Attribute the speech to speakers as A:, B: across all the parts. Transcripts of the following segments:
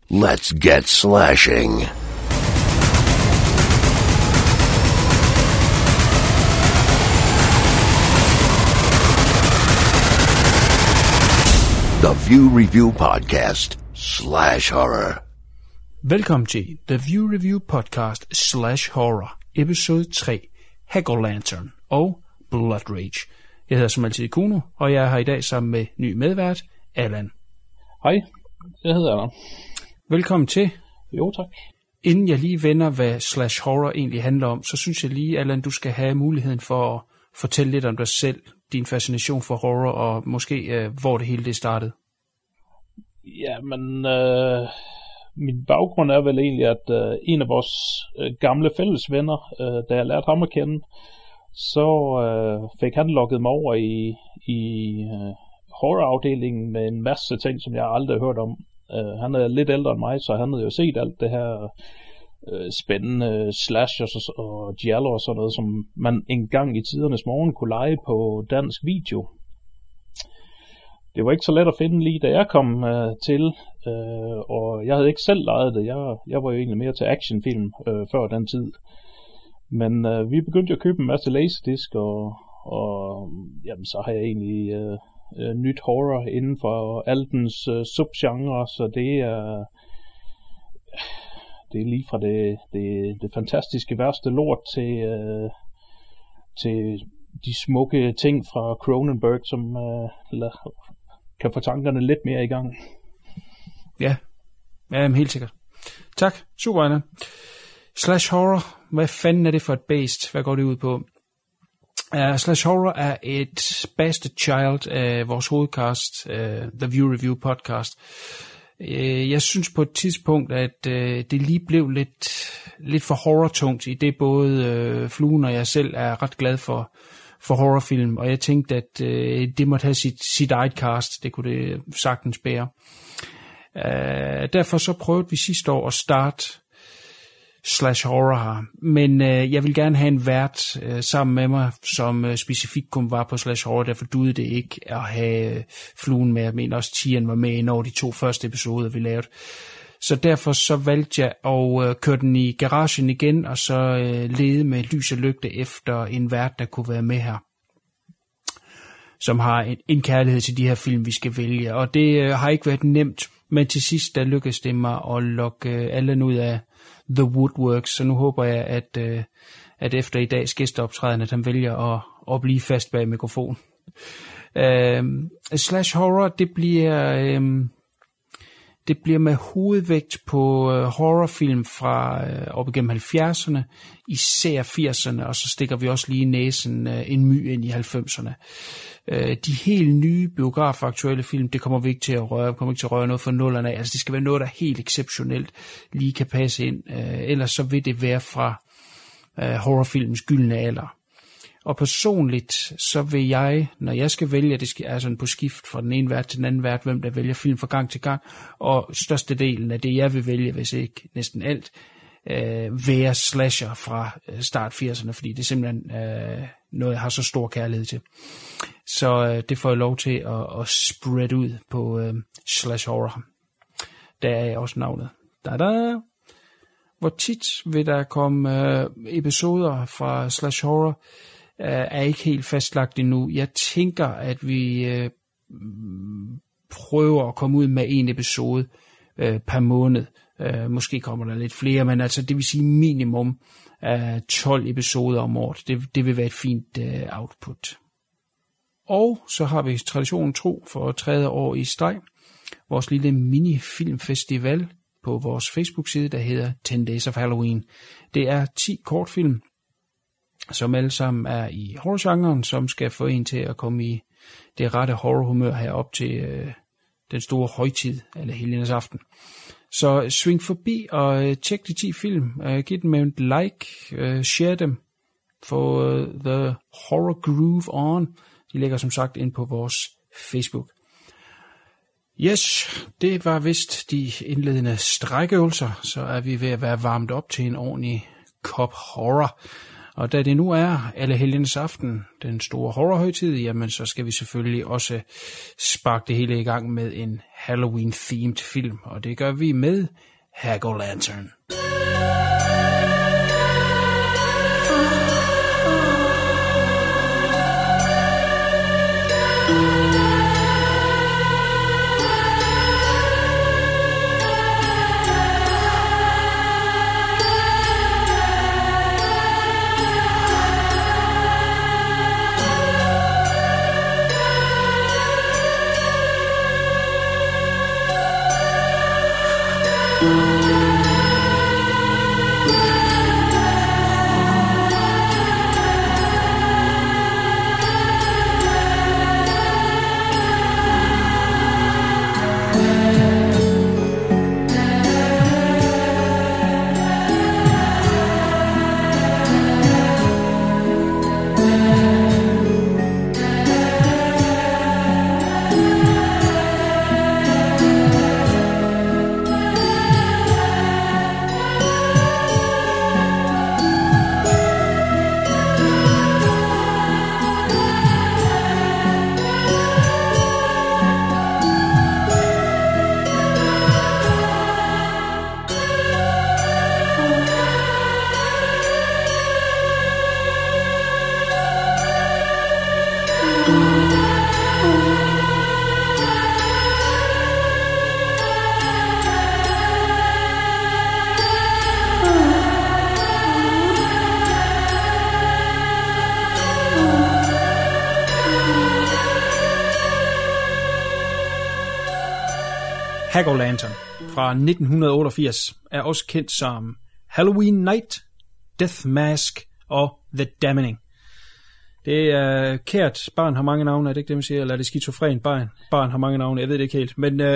A: Let's get slashing. The View Review Podcast /horror.
B: Velkommen til The View Review Podcast /horror, episode 3, Hack-O-Lantern og Blood Rage. Jeg hedder som altid Kuno, og jeg er her i dag sammen med ny medvært, Allan.
C: Hej, jeg hedder Allan.
B: Velkommen til.
C: Jo, tak.
B: Inden jeg lige vender, hvad /horror egentlig handler om, så synes jeg lige, Allan, du skal have muligheden for at fortælle lidt om dig selv, din fascination for horror, og måske hvor det hele det startede.
C: Ja, men min baggrund er vel egentlig, at en af vores gamle fælles venner, da jeg lærte ham at kende, så fik han lukket mig over i horrorafdelingen med en masse ting, som jeg aldrig har hørt om. Han er lidt ældre end mig, så han havde jo set alt det her spændende slashers og giallo og sådan noget, som man engang i tidernes morgen kunne lege på dansk video. Det var ikke så let at finde lige da jeg kom til, og jeg havde ikke selv lejet det. Jeg var jo egentlig mere til actionfilm før den tid. Men vi begyndte at købe en masse laserdisc, og jamen, så har jeg egentlig nyt horror inden for alle dens subgenre, så det er lige fra det fantastiske værste lort til de smukke ting fra Cronenberg, som kan få tankerne lidt mere i gang.
B: Ja, helt sikkert. Tak, super Anna. /horror, hvad fanden er det for et based? Hvad går det ud på? /horror er et bastard child af vores hovedcast, The View Review Podcast. Jeg synes på et tidspunkt, at det lige blev lidt for horror-tungt, i det både Fluen og jeg selv er ret glad for horrorfilm, og jeg tænkte, at det måtte have sit eget cast, det kunne det sagtens bære. Derfor så prøvede vi sidste år at starte /horror her, men jeg vil gerne have en vært sammen med mig, som specifikt kun var på /horror, derfor duede det ikke at have Fluen med. Jeg mener også Tian var med ind over de 2 første episoder, vi lavede. Så derfor så valgte jeg at køre den i garagen igen, og så lede med lys og lygte efter en vært, der kunne være med her, som har en kærlighed til de her film, vi skal vælge. Og det har ikke været nemt, men til sidst der lykkedes det mig at lokke Allan ud af The Woodworks, så nu håber jeg, at efter i dags gæsteoptræden, at han vælger at blive fast bag mikrofon. /horror, det bliver med hovedvægt på horrorfilm fra op igennem 70'erne, især 80'erne, og så stikker vi også lige næsen en my ind i 90'erne. De helt nye biografaktuelle film, det kommer vi ikke til at røre. Vi kommer ikke til at røre noget for nullerne af. Altså det skal være noget, der helt exceptionelt lige kan passe ind. Ellers så vil det være fra horrorfilmens gyldne alder. Og personligt, så vil jeg, når jeg skal vælge, det er sådan på skift fra den ene vært til den anden vært, hvem der vælger film fra gang til gang, og størstedelen af det, jeg vil vælge, hvis ikke næsten alt, være slasher fra start 80'erne, fordi det er simpelthen noget, jeg har så stor kærlighed til. Så det får jeg lov til at spread ud på /horror. Der er også navnet. Da-da! Hvor tit vil der komme episoder fra /horror, er ikke helt fastlagt endnu. Jeg tænker, at vi prøver at komme ud med en episode per måned. Måske kommer der lidt flere, men altså det vil sige minimum 12 episoder om året. Det vil være et fint output. Og så har vi traditionen tro for 3. år i streg vores lille mini-filmfestival på vores Facebook-side, der hedder 10 Days of Halloween. Det er 10 kortfilm, som alle sammen er i horrorgenren, som skal få en til at komme i det rette horrorhumør herop til den store højtid, eller helgens aften. Så sving forbi og tjek de 10 film, giv dem et like, share dem, få The Horror Groove on. De ligger som sagt ind på vores Facebook. Yes, det var vist de indledende strækøvelser, så er vi ved at være varmet op til en ordentlig kop horror. Og da det nu er Allehelgens aften, den store horrorhøjtid, jamen så skal vi selvfølgelig også sparke det hele i gang med en Halloween-themed film. Og det gør vi med Jack-o'-lantern. Jack-o'-lantern fra 1988 er også kendt som Halloween Night, Death Mask og The Damning. Det er kært barn har mange navne, er det ikke det, man siger? Eller er det skizofren barn har mange navne? Jeg ved det ikke helt. Men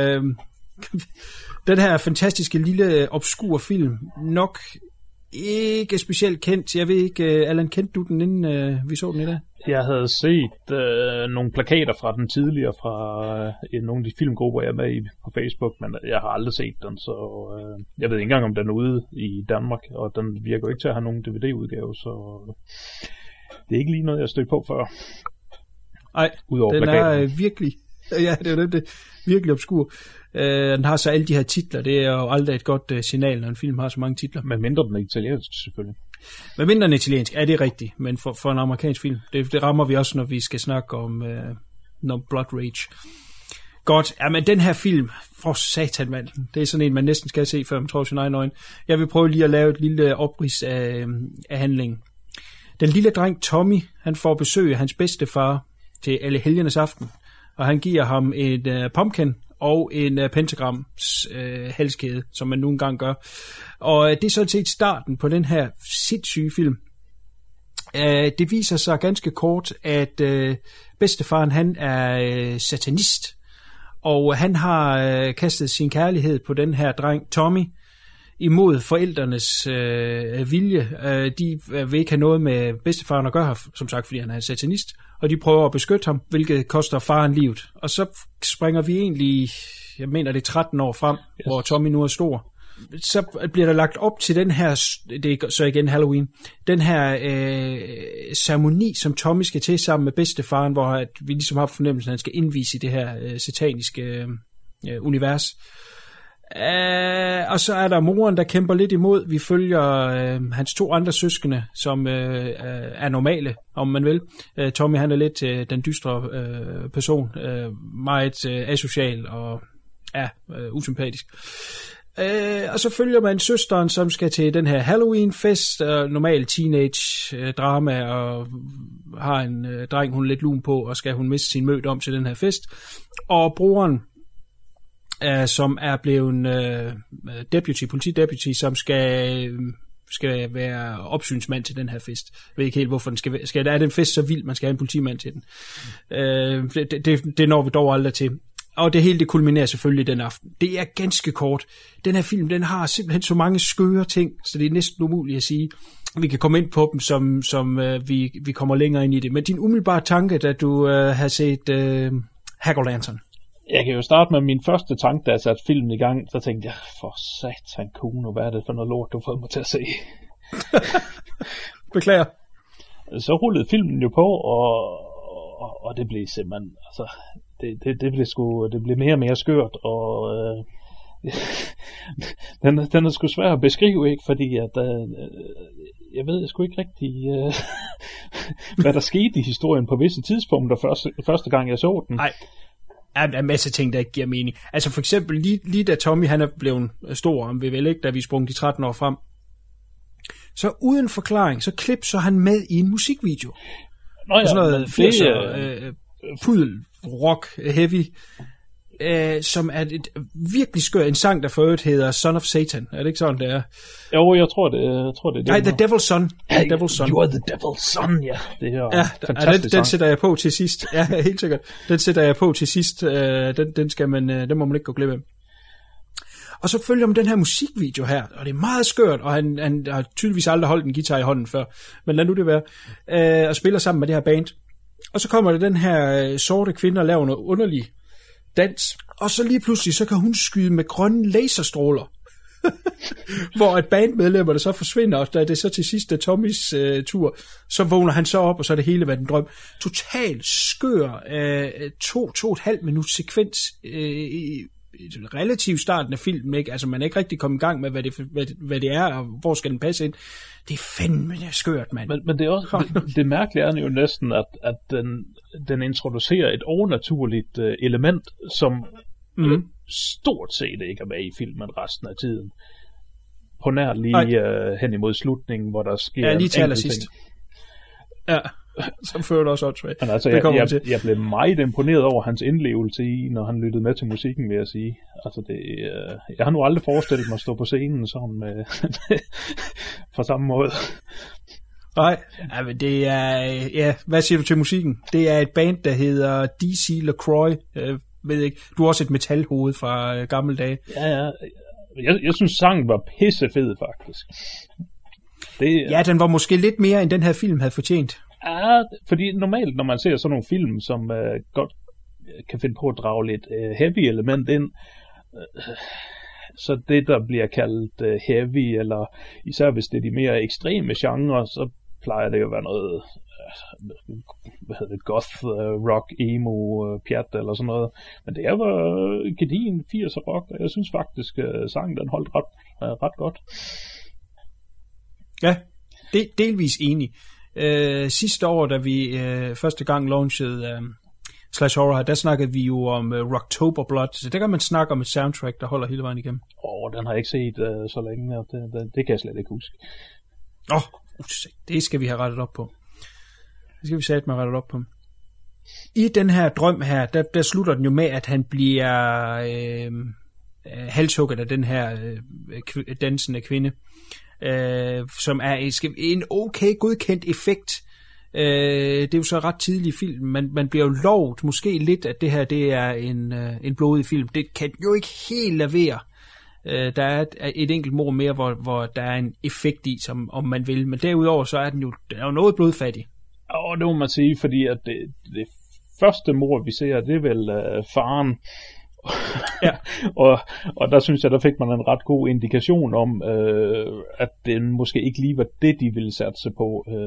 B: den her fantastiske lille obskur film, nok ikke specielt kendt. Jeg ved ikke, Allan, kendte du den, inden vi så den i dag?
C: Jeg havde set nogle plakater fra den tidligere fra nogle af de filmgrupper, jeg er med i på Facebook, men jeg har aldrig set den, så jeg ved ikke engang, om den er ude i Danmark, og den virker jo ikke til at have nogen DVD-udgave, så det er ikke lige noget, jeg har stødt på før.
B: Nej, den plakaten er virkelig, ja, det er det, virkelig obskur. Den har så alle de her titler, det er jo aldrig et godt signal, når en film har så mange titler.
C: Men mindre den er italiensk, selvfølgelig.
B: Men mindre den er italiensk, er det rigtigt, men for en amerikansk film, det rammer vi også, når vi skal snakke om Blood Rage. Godt, ja, men den her film, for satan mand, det er sådan en, man næsten skal se, før man tror sin egen øjne. Jeg vil prøve lige at lave et lille oprids af handlingen. Den lille dreng Tommy, han får besøg af hans bedstefar til Allehelgens aften, og han giver ham et pumpkin og en pentagrams halskæde, som man nogle gange gør. Og det er sådan set starten på den her sindssyge film. Det viser sig ganske kort, at bedstefaren han er satanist, og han har kastet sin kærlighed på den her dreng Tommy imod forældrenes vilje. De vil ikke have noget med bedstefaren at gøre, som sagt, fordi han er satanist, og de prøver at beskytte ham, hvilket koster faren livet. Og så springer vi egentlig, jeg mener det er 13 år frem, yes, hvor Tommy nu er stor. Så bliver der lagt op til den her, det er så igen Halloween, den her ceremoni, som Tommy skal til sammen med bedstefaren, hvor vi ligesom har fornemmelsen, at han skal indvise i det her sataniske univers. Og så er der moren, der kæmper lidt imod. Vi følger hans 2 andre søskende, som er normale, om man vil. Tommy, han er lidt den dystre person, meget asocial og usympatisk. Og så følger man søsteren, som skal til den her Halloween-fest, normal teenage-drama, og har en dreng, hun er lidt lun på, og skal hun miste sin møde om til den her fest. Og broren, som er blevet politideputy, som skal være opsynsmand til den her fest. Jeg ved ikke helt, hvorfor den skal er den fest så vild, man skal have en politimand til den. Det når vi dog aldrig til. Og det hele det kulminerer selvfølgelig den aften. Det er ganske kort. Den her film, den har simpelthen så mange skøre ting, så det er næsten umuligt at sige. Vi kan komme ind på dem, som vi kommer længere ind i det. Men din umiddelbare tanke, da du har set Jack-o'-lantern?
C: Jeg kan jo starte med min første tanke, da jeg satte filmen i gang. Så tænkte jeg, for satan Kuno, hvad er det for noget lort, du har fået mig til at se?
B: Beklager.
C: så rullede filmen jo på, og det blev simpelthen, altså, det blev mere og mere skørt, og den er sgu svær at beskrive, ikke, fordi at jeg ved sgu ikke rigtig, hvad der skete i historien på visse tidspunkter, første gang jeg så den.
B: Nej. Der er en masse ting, der ikke giver mening. Altså for eksempel, lige da Tommy han er blevet stor, om vi vel ikke, da vi sprang de 13 år frem, så uden forklaring, så så han med i en musikvideo.
C: Nå ja,
B: sådan noget 80'er pudel, rock, heavy, som er et virkelig skør, en sang, der for øvrigt hedder Son of Satan. Er det ikke sådan, det er?
C: Jo, jeg tror det.
B: Nej, The Devil's Son.
C: Hey, Devil's Son. You are the Devil's Son, ja. Det er fantastisk
B: den sætter jeg på til sidst. Ja, helt sikkert. Den sætter jeg på til sidst. Den må man ikke gå glip af. Og så følger man den her musikvideo her, og det er meget skørt, og han har tydeligvis aldrig holdt en guitar i hånden før, men lad nu det være, og spiller sammen med det her band. Og så kommer der den her sorte kvinde og laver noget underlig dans, og så lige pludselig, så kan hun skyde med grønne laserstråler, hvor et bandmedlemmer, der så forsvinder, og da det så til sidst er Tommys tur, så vågner han så op, og så er det hele været en drøm. Totalt skør 2,5 minuts sekvens relativt starten af filmen, ikke? Altså man er ikke rigtig kommet i gang med, hvad det er, og hvor skal den passe ind. Det er fandme skørt, mand.
C: Men det er også, det mærkelige er jo næsten, at den introducerer et overnaturligt element, som stort set ikke er med i filmen resten af tiden. På nær lige hen imod slutningen, hvor der sker
B: lige til allersidst. Ja, som fører det også åndssvagt.
C: Men altså, jeg blev meget imponeret over hans indlevelse i, når han lyttede med til musikken, vil jeg sige. Altså, jeg har nu aldrig forestillet mig at stå på scenen sådan med på samme måde.
B: Nej, men det er, ja, hvad siger du til musikken? Det er et band, der hedder DC LaCroix, ved ikke, du er også et metalhoved fra gamle dage.
C: Ja, jeg synes sangen var pissefed faktisk.
B: Ja, den var måske lidt mere, end den her film havde fortjent.
C: Ja, fordi normalt, når man ser sådan nogle film, som godt kan finde på at drage lidt heavy element ind, så det, der bliver kaldt heavy, eller især hvis det er de mere ekstreme genrer, så plejer det jo at være noget, goth, rock, emo, pjat eller sådan noget. Men det var gedigen 80'er rock, og jeg synes faktisk, sangen den holdt ret godt.
B: Ja, delvis enig. Sidste år, da vi første gang launchede Slash Horror, der snakkede vi jo om Rocktober Blood, så der kan man snakke om et soundtrack, der holder hele vejen igennem.
C: Den har jeg ikke set så længe, og det kan jeg slet ikke huske.
B: Det skal vi have rettet op på. Det skal vi satme have rettet op på. I den her drøm her, der slutter den jo med, at han bliver halshugget af den her dansende kvinde, som er en okay godkendt effekt. Det er jo så ret tidlig i filmen. Man bliver jo lovet måske lidt, at det her det er en blodig film. Det kan jo ikke helt lavere. Der er et enkelt mord mere, hvor der er en effekt i, som om man vil. Men derudover så er den jo noget blodfattig.
C: Og det må man sige, fordi at det første mord, vi ser, det er vel faren. Ja. og der synes jeg, der fik man en ret god indikation om, at det måske ikke lige var det, de ville satse på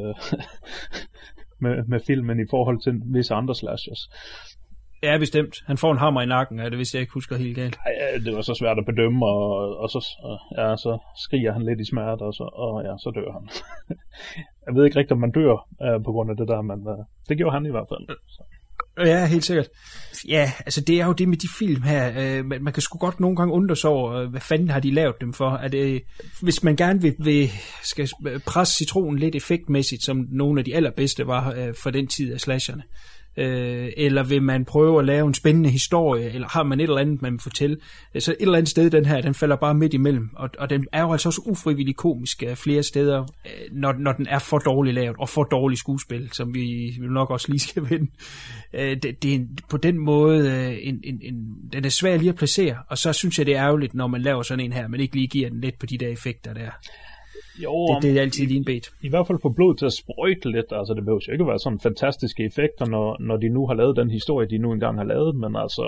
C: med filmen i forhold til visse andre slashers.
B: Ja, bestemt. Han får en hammer i nakken, det hvis jeg ikke husker helt galt.
C: Ja, det var så svært at bedømme, og så skriger han lidt i smerte, og så dør han. Jeg ved ikke rigtigt, om man dør på grund af det der, men det gjorde han i hvert fald. Så.
B: Ja, helt sikkert. Ja, altså det er jo det med de film her. Man kan sgu godt nogle gange undre sig over, hvad fanden har de lavet dem for? Hvis man gerne skal presse citronen lidt effektmæssigt, som nogle af de allerbedste var for den tid af slasherne, eller vil man prøve at lave en spændende historie, eller har man et eller andet, man vil fortælle, så et eller andet sted, den falder bare midt imellem, og den er jo altså også ufrivillig komisk flere steder, når den er for dårligt lavet, og for dårligt skuespil, som vi nok også lige skal vende. Det er på den måde, den er svær lige at placere, og så synes jeg, det er ærgerligt, når man laver sådan en her, men ikke lige giver den lidt på de der effekter der. Jo, det er altid lige en bed.
C: I hvert fald få blod til at sprøjte lidt. Altså, det behøver jo ikke være sådan fantastiske effekter, når de nu har lavet den historie, de nu engang har lavet. Men altså,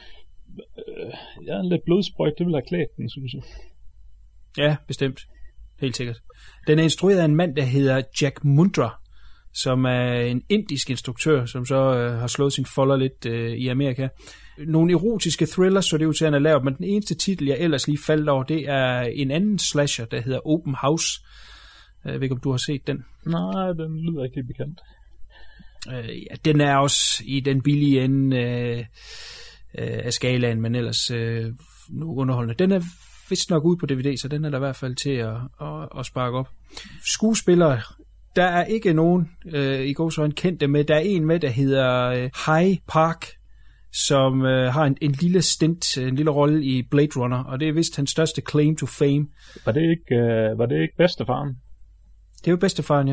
C: lidt blodsprøjt, det vil have klædt den, synes jeg.
B: Ja, bestemt. Helt sikkert. Den er instrueret af en mand, der hedder Jack Mundra, som er en indisk instruktør, som så har slået sin folder lidt i Amerika. Nogle erotiske thrillers, så det er jo til, at han har lavet, men den eneste titel, jeg ellers lige faldt over, det er en anden slasher, der hedder Open House. Jeg ved ikke, om du har set den?
C: Nej, den lyder ikke helt bekendt.
B: Ja, den er også i den billige ende af skalaen, men ellers nu underholdende. Den er vist nok ude på DVD, så den er der i hvert fald til at sparke op. Skuespillere, der er ikke nogen i går så en kendte med. Der er en med, der hedder Hyde Park, som har en lille stint, en lille rolle i Blade Runner, og det er vist hans største claim to fame.
C: Var det ikke bedstefaren?
B: Det er jo bedstefaren, ja.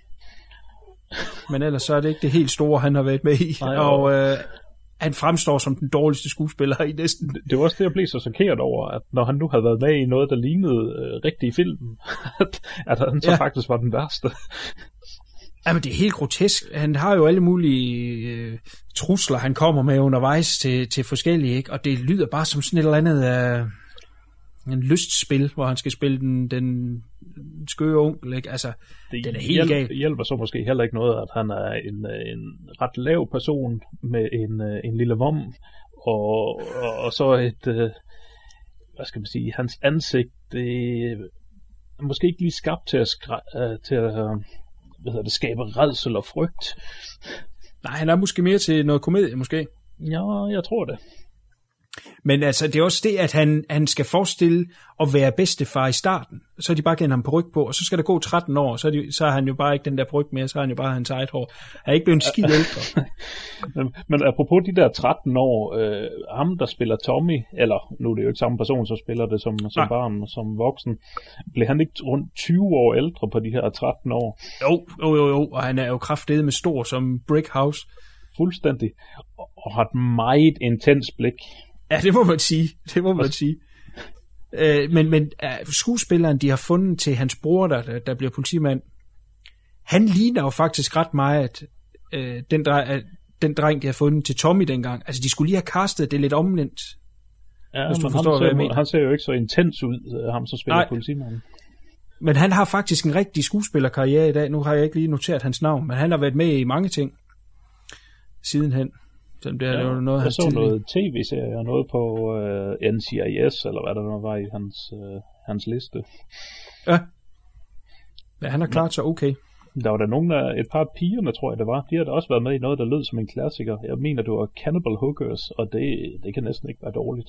B: Men ellers så er det ikke det helt store, han har været med i. Nej, og han fremstår som den dårligste skuespiller i næsten.
C: Det var også det, jeg blev så chokeret over, at når han nu havde været med i noget, der lignede rigtig film, at han så faktisk var den værste.
B: Jamen, det er helt grotesk. Han har jo alle mulige trusler, han kommer med undervejs til forskellige, ikke? Og det lyder bare som sådan et eller andet en lystspil, hvor han skal spille den skøre onkel, ikke? Altså, den er helt gal.
C: Det hjælper så måske heller ikke noget, at han er en ret lav person med en lille vom, og så et, hvad skal man sige, hans ansigt, det er måske ikke lige skabt til at skabe rædsel og frygt.
B: Nej, han er måske mere til noget komedie, måske.
C: Ja, jeg tror det.
B: Men altså, det er også det, at han skal forestille at være bedstefar i starten. Så er de bare givet ham peruk på, og så skal der gå 13 år, så er han jo bare ikke den der peruk mere, så er han jo bare hans eget hår. Han er ikke blevet en skid ældre.
C: Men apropos de der 13 år, ham der spiller Tommy, eller nu er det jo ikke samme person, så spiller det som barn, som voksen, blev han ikke rundt 20 år ældre på de her 13 år?
B: Jo, og han er jo kraftedeme med stor som Brick House.
C: Fuldstændig. Og har et meget intens blik.
B: Ja, det må man sige. Men skuespilleren, de har fundet til hans bror, der bliver politimand, han ligner jo faktisk ret meget den dreng, de har fundet til Tommy dengang. Altså, de skulle lige have castet det lidt omvendt.
C: Ja, hvis du forstår, hvad jeg mener. Han ser jo ikke så intens ud, ham som spiller politimanden.
B: Men han har faktisk en rigtig skuespillerkarriere i dag. Nu har jeg ikke lige noteret hans navn, men han har været med i mange ting sidenhen. Det er noget,
C: jeg så noget tv-serie og noget på NCIS, eller hvad der nu var i hans liste.
B: Ja, han har klaret sig okay.
C: Der var der et par af pigerne, tror jeg det var. De har da også været med i noget, der lød som en klassiker. Jeg mener, det var Cannibal Hookers, og det kan næsten ikke være dårligt.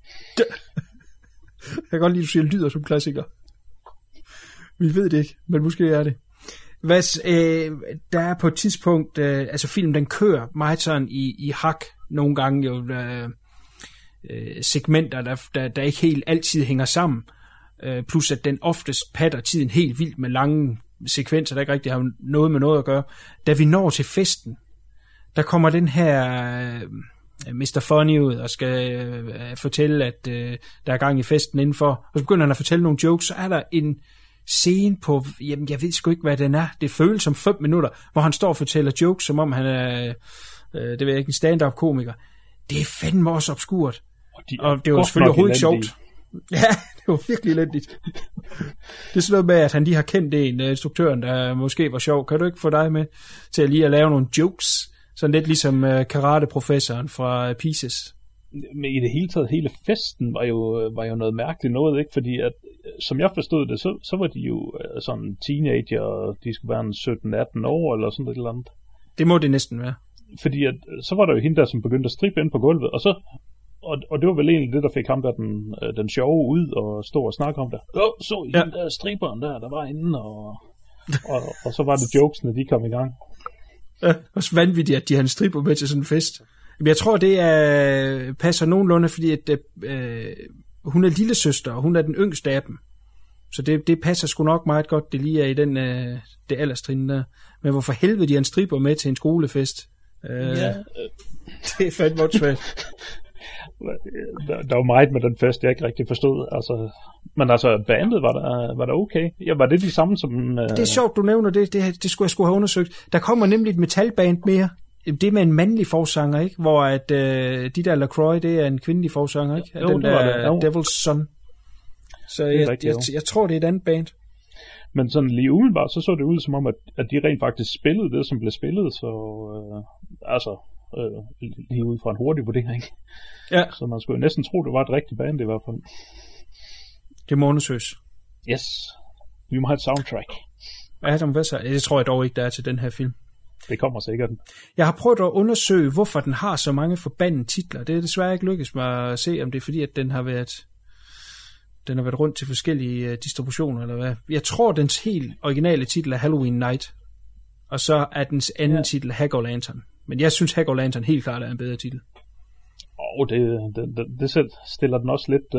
B: Jeg kan godt lide, at du siger, lyder som klassiker. Vi ved det ikke, men måske er det. Der er på et tidspunkt, altså filmen den kører meget sådan i hak, nogle gange jo segmenter, der ikke helt altid hænger sammen, plus at den oftest patter tiden helt vildt med lange sekvenser, der ikke rigtig har noget med noget at gøre. Da vi når til festen, der kommer den her Mr. Funny ud og skal fortælle, at der er gang i festen indenfor, og så begynder han at fortælle nogle jokes, så er der en scene på, jamen jeg ved sgu ikke, hvad den er. Det føles som 5 minutter, hvor han står og fortæller jokes, som om han er, det ved jeg ikke, en stand-up komiker. Det er fandme også obskurt. Og det var selvfølgelig overhovedet ikke sjovt. Ja, det var virkelig elendigt. Det er sådan noget med, at han lige har kendt en, instruktøren, der måske var sjov. Kan du ikke få dig med til at lige at lave nogle jokes? Sådan lidt ligesom karate-professoren fra Pieces.
C: Men i det hele taget, hele festen var jo noget mærkeligt noget, ikke? Fordi at, som jeg forstod det, så var de jo sådan teenager, og de skulle være 17-18 år, eller sådan et eller andet.
B: Det må det næsten være.
C: Fordi at, så var der jo hende der, som begyndte at strippe ind på gulvet, og det var vel egentlig det, der fik ham der den sjove ud, og stå og snakke om det. Så i den der stripperen der var inde, og så var det jokesene, de kom i gang.
B: Ja, også vanvittigt, at de har en stripper med til sådan en fest. Men jeg tror, det passer nogenlunde, fordi at, hun er lillesøster, og hun er den yngste af dem. Så det passer sgu nok meget godt, det lige er i den, det alderstrin der. Men hvorfor helvede de har en stripper med til en skolefest? Det er fandme svært.
C: Der var meget med den fest, jeg ikke rigtig forstod. Altså, men altså, bandet var der okay. Ja, var det de samme som...
B: Det er sjovt, du nævner det. Det skulle jeg sgu have undersøgt. Der kommer nemlig et metalband mere. Det er med en mandlig forsanger, ikke? Hvor at de der LaCroix, det er en kvindelig forsanger, ikke?
C: Jo, den der
B: Devil's Son. Så jeg tror, det er et andet band.
C: Men sådan lige umiddelbart, så det ud som om, at de rent faktisk spillede det, som blev spillet, så lige ud fra en hurtig vurdering.
B: Ja.
C: Så man skulle næsten tro, det var et rigtigt band i hvert fald.
B: Det må undersøges.
C: Yes. Vi må have et soundtrack.
B: Adam Wesser, det tror jeg dog ikke, der er til den her film.
C: Det kommer sikkert.
B: Jeg har prøvet at undersøge, hvorfor den har så mange forbandede titler. Det er desværre ikke lykkedes mig at se, om det er fordi, at den har været rundt til forskellige distributioner, eller hvad. Jeg tror, dens helt originale titel er Halloween Night, og så er dens anden titel Jack-o'-lantern. Men jeg synes, Jack-o'-lantern helt klart er en bedre titel.
C: Det stiller den også lidt...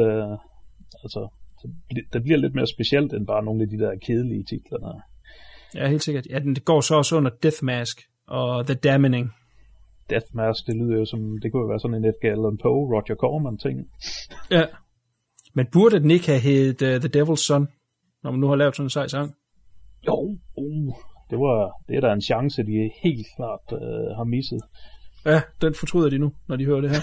C: det bliver lidt mere specielt, end bare nogle af de der kedelige titler, der.
B: Ja, helt sikkert. Ja, den går så også under Death Mask og The Damning.
C: Death Mask, det lyder jo som, det kunne jo være sådan en Edgar Allan Poe, Roger Corman ting.
B: Ja. Men burde den ikke have heddet The Devil's Son, når man nu har lavet sådan en sej sang?
C: Jo, det er der en chance, de helt klart har misset.
B: Ja, den fortryder de nu, når de hører det her.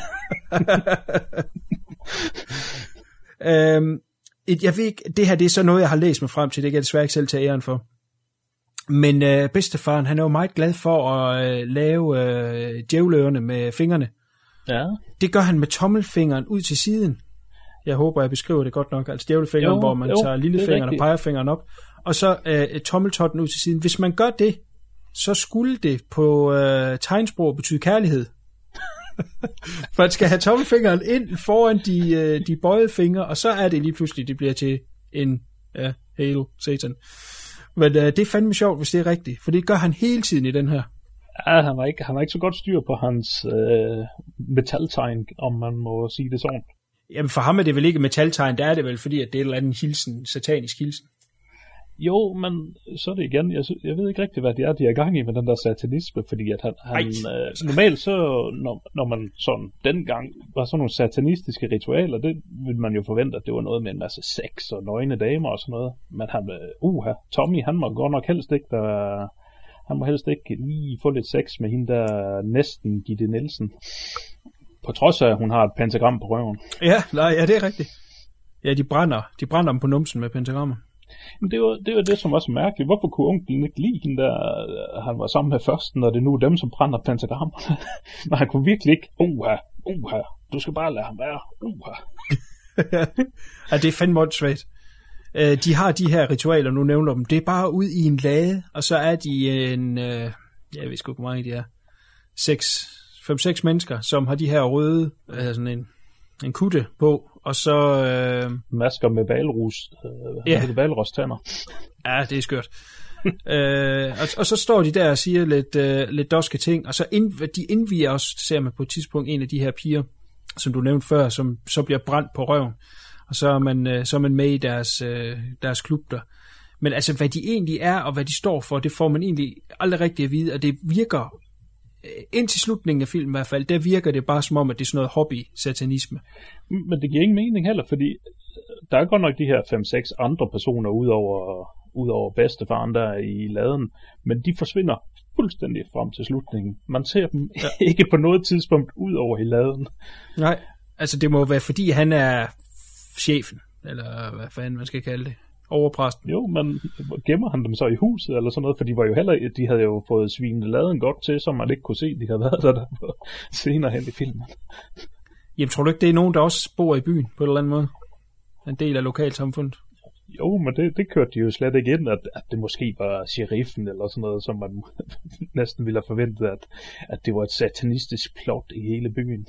B: Jeg ved ikke, det her det er så noget, jeg har læst mig frem til, det kan jeg desværre ikke selv tage æren for. Men bedstefaren, han er jo meget glad for at lave djævleørerne med fingrene.
C: Ja.
B: Det gør han med tommelfingeren ud til siden. Jeg håber, jeg beskriver det godt nok. Altså djævlefingeren, hvor man tager lillefingeren og pegefingeren op, og så tommeltotten ud til siden. Hvis man gør det, så skulle det på tegnsprog betyde kærlighed. Man skal have tommelfingeren ind foran de bøjede fingre, og så er det lige pludselig, det bliver til en Hail Satan. Men det er fandme sjovt, hvis det er rigtigt, for det gør han hele tiden i den her.
C: Ja, han har ikke så godt styr på hans metaltegn, om man må sige det sådan.
B: Jamen for ham er det vel ikke metaltegn, der er det vel, fordi at det er et eller andet hilsen, satanisk hilsen.
C: Jo, men så er det igen, jeg ved ikke rigtig, hvad det er, de er i gang i med den der satanisme, fordi at han normalt så, når man sådan dengang var sådan nogle satanistiske ritualer, det ville man jo forvente, at det var noget med en masse sex og nøgne damer og sådan noget, men Tommy, han må godt nok helst ikke lige få lidt sex med hende der næsten Gitte Nielsen, på trods af, at hun har et pentagram på røven.
B: Ja, det er rigtigt. Ja, de brænder dem på numsen med pentagrammer.
C: Men det var det, som var så mærkeligt. Hvorfor kunne onklen ikke lide hende der, han var sammen med først, når det nu er dem, som brænder pentagrammerne? Men han kunne virkelig ikke, du skal bare lade ham være,
B: Ja, det er fandme åndssvagt. De har de her ritualer, nu nævner dem, det er bare ud i en lade, og så er de jeg ved sgu ikke, hvor mange de er, 5-6 mennesker, som har de her røde, sådan en kutte på, og så
C: masker med valrostænder.
B: Ja, det er skørt. Og så står de der og siger lidt doske ting, og så de indviger også, ser man på et tidspunkt, en af de her piger, som du nævnte før, som så bliver brændt på røven, og så er man med i deres klub der. Men altså, hvad de egentlig er, og hvad de står for, det får man egentlig aldrig rigtig at vide, og det virker indtil slutningen af filmen i hvert fald, der virker det bare som om, at det er sådan noget hobby-satanisme.
C: Men det giver ingen mening heller, fordi der er godt nok de her 5-6 andre personer udover bedstefaren der i laden, men de forsvinder fuldstændig frem til slutningen. Man ser dem ikke på noget tidspunkt ud over i laden.
B: Nej, altså det må være, fordi han er chefen, eller hvad fanden man skal kalde det. Overpræsten.
C: Jo, men gemmer han dem så i huset eller sådan noget, for de havde jo fået svinet laden godt til, så man ikke kunne se, de havde været der senere hen i filmen.
B: Jamen, tror du ikke, det er nogen, der også bor i byen på en eller anden måde? En del af lokalsamfundet?
C: Jo, men det kørte de jo slet ikke ind, at det måske var sheriffen eller sådan noget, som man næsten ville have forventet, at det var et satanistisk plot i hele byen.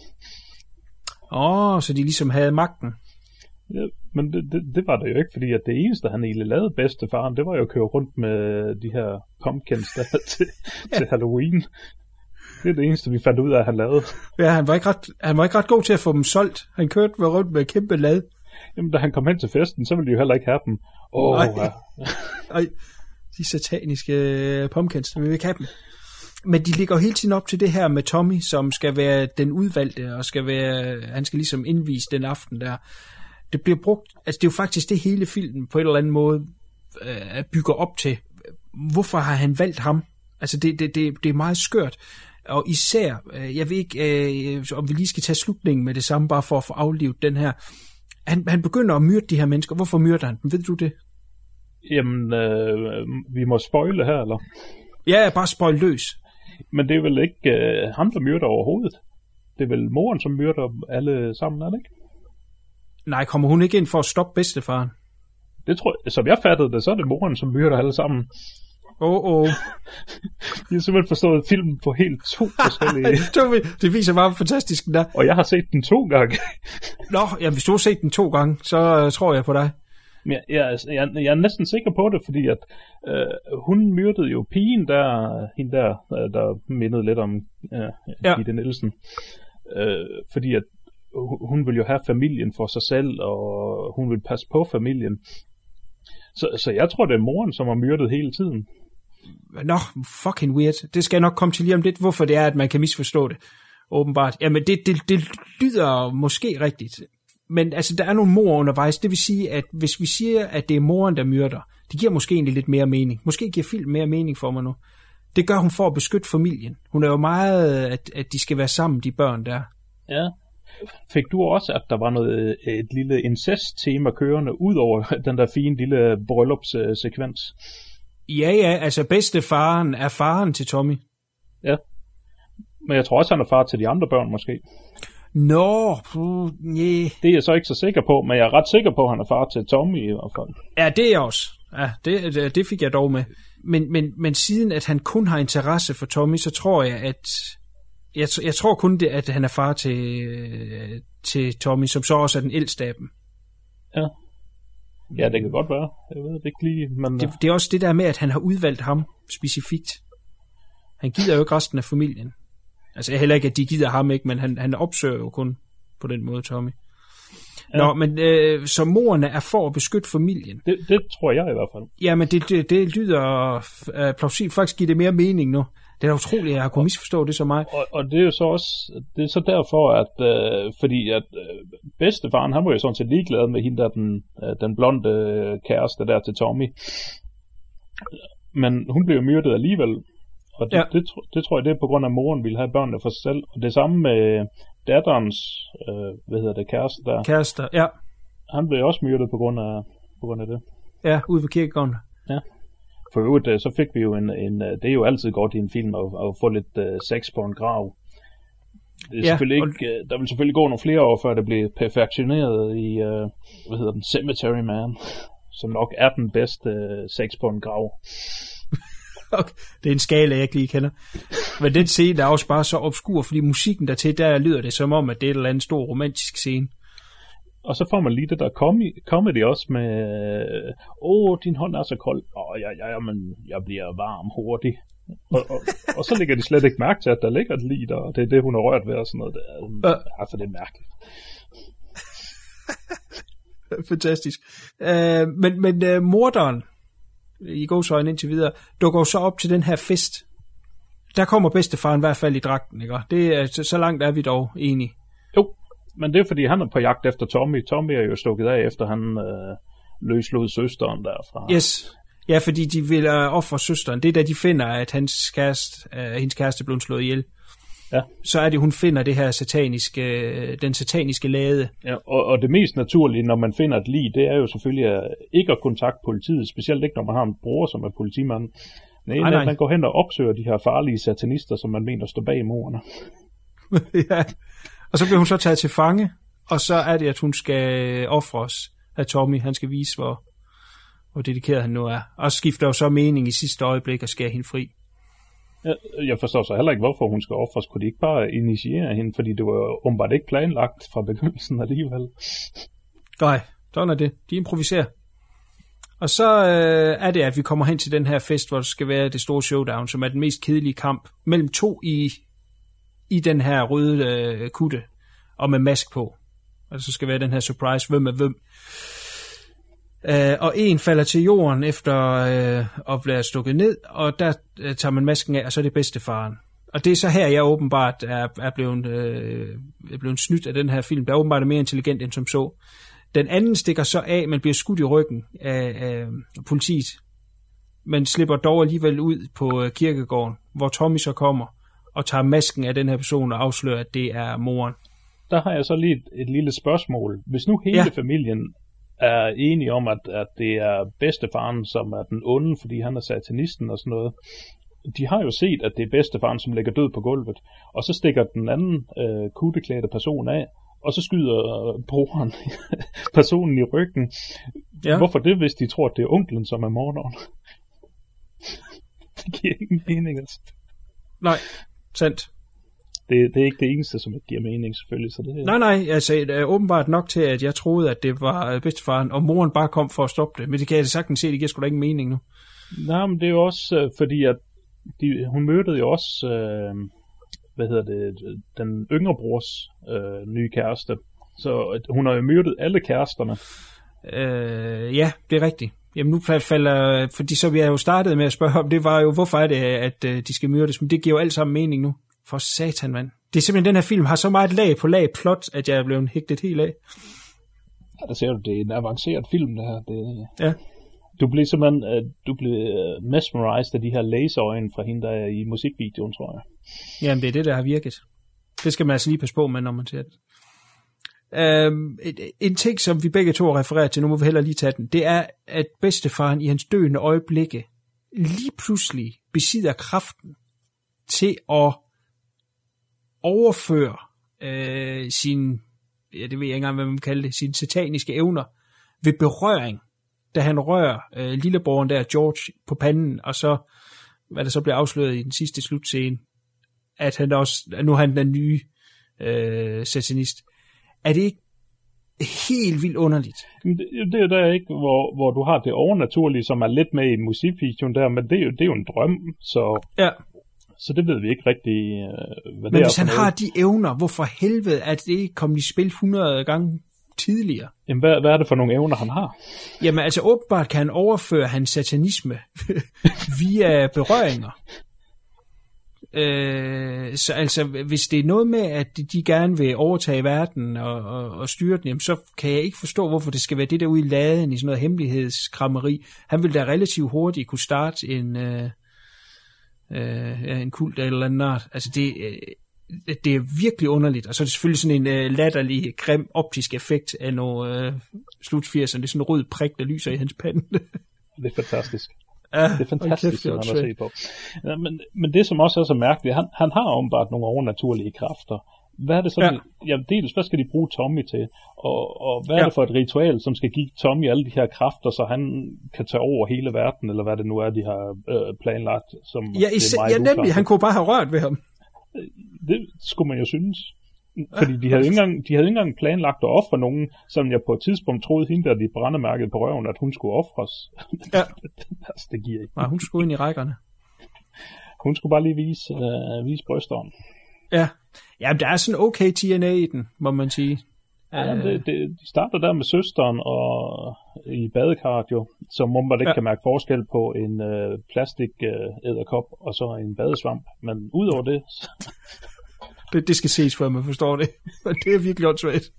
B: Så de ligesom havde magten.
C: Ja, men det var det jo ikke, fordi at det eneste, han egentlig lavede bedstefaren, det var jo at køre rundt med de her pumpkins der til Halloween. Det er det eneste, vi fandt ud af, at han lavede. Ja,
B: han var ikke ret god til at få dem solgt. Han kørte rundt med kæmpe lad.
C: Jamen, da han kom hen til festen, så ville de jo heller ikke have dem.
B: Nej, de sataniske pumpkins, vi vil ikke have dem. Men de ligger jo hele tiden op til det her med Tommy, som skal være den udvalgte, og han skal ligesom indvise den aften der. Det bliver brugt, altså det er jo faktisk det hele filmen på en eller anden måde bygger op til. Hvorfor har han valgt ham? Altså det er meget skørt. Og især, jeg ved ikke, om vi lige skal tage slutningen med det samme, bare for at få aflivet den her. Han begynder at myrde de her mennesker. Hvorfor myrder han dem? Ved du det?
C: Jamen, vi må spoile her, eller?
B: Ja, bare spoil løs.
C: Men det er vel ikke ham, der myrder overhovedet? Det er vel moren, som myrder alle sammen, er det ikke?
B: Nej, kommer hun ikke ind for at stoppe bedstefaren?
C: Det tror jeg, som jeg fattede det, så er det moren, som myrder alle sammen. Jeg har simpelthen forstået filmen på helt 2 forskellige...
B: Det viser bare, hvor fantastisk den er.
C: Og jeg har set den 2 gange.
B: Nå, ja, hvis du har set den 2 gange, så tror jeg på dig.
C: Men jeg er næsten sikker på det, fordi at hun myrdede jo pigen der, hende der mindede lidt om Gitte Nielsen. Fordi at hun vil jo have familien for sig selv, og hun vil passe på familien. Så jeg tror, det er moren, som har myrdet hele tiden.
B: Nå, fucking weird. Det skal jeg nok komme til lige om lidt, hvorfor det er, at man kan misforstå det. Åbenbart. Jamen, det lyder måske rigtigt. Men altså, der er nogle mord undervejs. Det vil sige, at hvis vi siger, at det er moren, der myrder, det giver måske egentlig lidt mere mening. Måske giver film mere mening for mig nu. Det gør hun for at beskytte familien. Hun er jo meget, at de skal være sammen, de børn der.
C: Ja. Fik du også, at der var et lille incest-tema kørende, ud over den der fine lille bryllupssekvens?
B: Ja, altså bedstefaren er faren til Tommy.
C: Ja, men jeg tror også, han er far til de andre børn måske.
B: Nå, yeah.
C: Det er jeg så ikke så sikker på, men jeg er ret sikker på, at han er far til Tommy i hvert fald.
B: Ja, det er jeg også. Ja, det fik jeg dog med. Men siden at han kun har interesse for Tommy, så tror jeg, at... Jeg tror kun, at han er far til Tommy, som så også er den ældste af dem.
C: Ja. Ja, det kan godt være. Jeg ved det ikke lige. Men...
B: Det er også det der med, at han har udvalgt ham specifikt. Han gider jo ikke resten af familien. Altså heller ikke, at de gider ham ikke, men han opsøger jo kun på den måde Tommy. Ja. Nå, men så morerne er for at beskytte familien.
C: Det tror jeg i hvert fald.
B: Ja, men det lyder plausibelt. Faktisk giver det mere mening nu. Det er utroligt, at jeg har kunnet misforstå det så meget.
C: Og det er jo så også, det er så derfor, at fordi at bedstefaren, han var jo sådan set ligeglad med hende der, den blonde kæreste der til Tommy. Men hun blev jo myrdet alligevel. Og det tror jeg, det er på grund af, at moren ville have børnene for sig selv. Og det samme med datterens, kæreste der.
B: Kærester, ja.
C: Han blev også myrdet på grund af det.
B: Ja, ude ved kirkegården.
C: Ja. For øvrigt, så fik vi jo det er jo altid godt i en film at få lidt sex på en grav. Det er selvfølgelig ikke, der vil selvfølgelig gå nogle flere år, før det bliver perfektioneret i, Cemetery Man, som nok er den bedste sex på en grav.
B: Okay. Det er en skala, jeg ikke lige kender. Men den scene er også bare så obskur, fordi musikken dertil, der lyder det som om, at det er en eller anden stor romantisk scene.
C: Og så får man lige det der comedy også med, din hånd er så kold, men jeg bliver varm hurtigt. Og så lægger de slet ikke mærke til, at der ligger et lig der, og det er det, hun har rørt ved og sådan noget. Altså, det er mærkeligt.
B: Fantastisk. Men morderen, i gåseøjne indtil videre, dukker så op til den her fest. Der kommer bedstefaren i hvert fald i dragten, ikke? Det er, så langt er vi dog enige.
C: Jo. Men det er fordi, han er på jagt efter Tommy. Tommy er jo stukket af, efter han løslod søsteren derfra.
B: Yes. Ja, fordi de vil ofre søsteren. Det er da de finder, at hendes kæreste blev slået ihjel.
C: Ja.
B: Så er det, hun finder det her den sataniske lade. Ja,
C: og det mest naturlige, når man finder et lig, det er jo selvfølgelig ikke at kontakte politiet. Specielt ikke, når man har en bror, som er politimand. Nej. Man går hen og opsøger de her farlige satanister, som man mener står bag mordene.
B: Ja. Og så bliver hun så taget til fange, og så er det, at hun skal ofres af Tommy. Han skal vise, hvor dedikeret han nu er. Og skifter jo så mening i sidste øjeblik og skærer hende fri.
C: Jeg forstår så heller ikke, hvorfor hun skal ofres. Kunne de ikke bare initiere hende, fordi det var jo åbenbart ikke planlagt fra begyndelsen alligevel.
B: Nej, sådan er det. De improviserer. Og så er det, at vi kommer hen til den her fest, hvor der skal være det store showdown, som er den mest kedelige kamp mellem to i den her røde kutte, og med mask på. Og så skal være den her surprise, hvem er hvem. Og en falder til jorden efter at blive stukket ned, og der tager man masken af, og så er det bedstefaren. Og det er så her, jeg åbenbart er blevet snydt af den her film. Der er åbenbart mere intelligent end som så. Den anden stikker så af, men bliver skudt i ryggen af politiet, men slipper dog alligevel ud på kirkegården, hvor Tommy så kommer og tager masken af den her person og afslører, at det er moren.
C: Der har jeg så lige et lille spørgsmål. Hvis nu hele familien er enige om, at det er bedstefaren, som er den onde, fordi han er satanisten og sådan noget. De har jo set, at det er bedstefaren, som ligger død på gulvet, og så stikker den anden kutteklædte person af, og så skyder broren personen i ryggen. Ja. Hvorfor det, hvis de tror, at det er onklen, som er morderen? Det giver ingen mening, altså.
B: Nej, sandt.
C: Det er ikke det eneste, som ikke giver mening, selvfølgelig. Så det...
B: Nej, altså det er åbenbart nok til, at jeg troede, at det var bedstefaren, og moren bare kom for at stoppe det. Men det kan jeg sagtens se, det giver sgu da ingen mening nu.
C: Nej, men det er jo også fordi, at hun mødte jo også, den yngre brors nye kæreste. Så hun har jo myrdet alle kæresterne.
B: Ja, det er rigtigt. Jamen nu falder, fordi så vi har jo startet med at spørge om, det var jo, hvorfor er det, at de skal myrdes, men det giver jo alt sammen mening nu. For satan, mand. Det er simpelthen, den her film har så meget lag på lag plot, at jeg er blevet hægtet helt af.
C: Ja, der ser du, det er en avanceret film, det her.
B: Ja.
C: Du blev simpelthen mesmerized af de her laserøjne fra hende, der er i musikvideoen, tror jeg.
B: Jamen, det er det, der har virket. Det skal man altså lige passe på med, når man ser det. En ting, som vi begge to refererer til, nu må vi heller lige tage den, det er, at bedstefaren i hans døende øjeblikke lige pludselig besidder kraften til at overføre sin, det ved jeg ikke engang, hvad man kalder det, sine sataniske evner ved berøring, da han rører lillebroren der, George, på panden, og så, hvad der så bliver afsløret i den sidste slutscene, at han også, nu er han den nye satanist. Er det ikke helt vildt underligt?
C: Det er der ikke, hvor du har det overnaturlige, som er lidt med i musikvideoen der, men det er jo en drøm, så... Ja. Så det ved vi ikke rigtig, hvad det er.
B: Men hvis han har de evner, hvorfor helvede er det ikke kommet i spil 100 gange tidligere?
C: Jamen, hvad er det for nogle evner, han har?
B: Jamen, altså åbenbart kan han overføre hans satanisme via berøringer. Så altså, hvis det er noget med, at de gerne vil overtage verden og styre den, jamen, så kan jeg ikke forstå, hvorfor det skal være det der ude i laden i sådan noget hemmelighedskrammeri. Han vil da relativt hurtigt kunne starte en kult eller andet. Altså det er virkelig underligt, og så er det selvfølgelig sådan en latterlig, grim optisk effekt af noget slut 80'erne. Det er sådan en rød prik, der lyser i hans pande.
C: Det er fantastisk. Ja, det er fantastisk, at se på. Ja, men det, som også er så mærkeligt, han har åbenbart nogle overnaturlige kræfter. Hvad er det så? Ja. Dels, hvad skal de bruge Tommy til? Og hvad er det for et ritual, som skal give Tommy alle de her kræfter, så han kan tage over hele verden, eller hvad det nu er, de har planlagt? Som
B: nemlig. Han kunne bare have rørt ved ham.
C: Det skulle man jo synes. Fordi de havde ikke engang planlagt at ofre nogen, som jeg på et tidspunkt troede hende, der de brændemærket på røven, at hun skulle ofres. Ja. Altså, det giver ikke.
B: Nej, hun skulle ind i rækkerne.
C: Hun skulle bare lige vise brysteren.
B: Ja. Jamen, der er sådan okay TNA i den, må man sige.
C: Ja, de starter der med søsteren og i badekarret jo, som man ikke kan mærke forskel på en plastik edderkop og så en badesvamp. Men udover det...
B: Det skal ses, før man forstår det. Det er virkelig åndssvagt.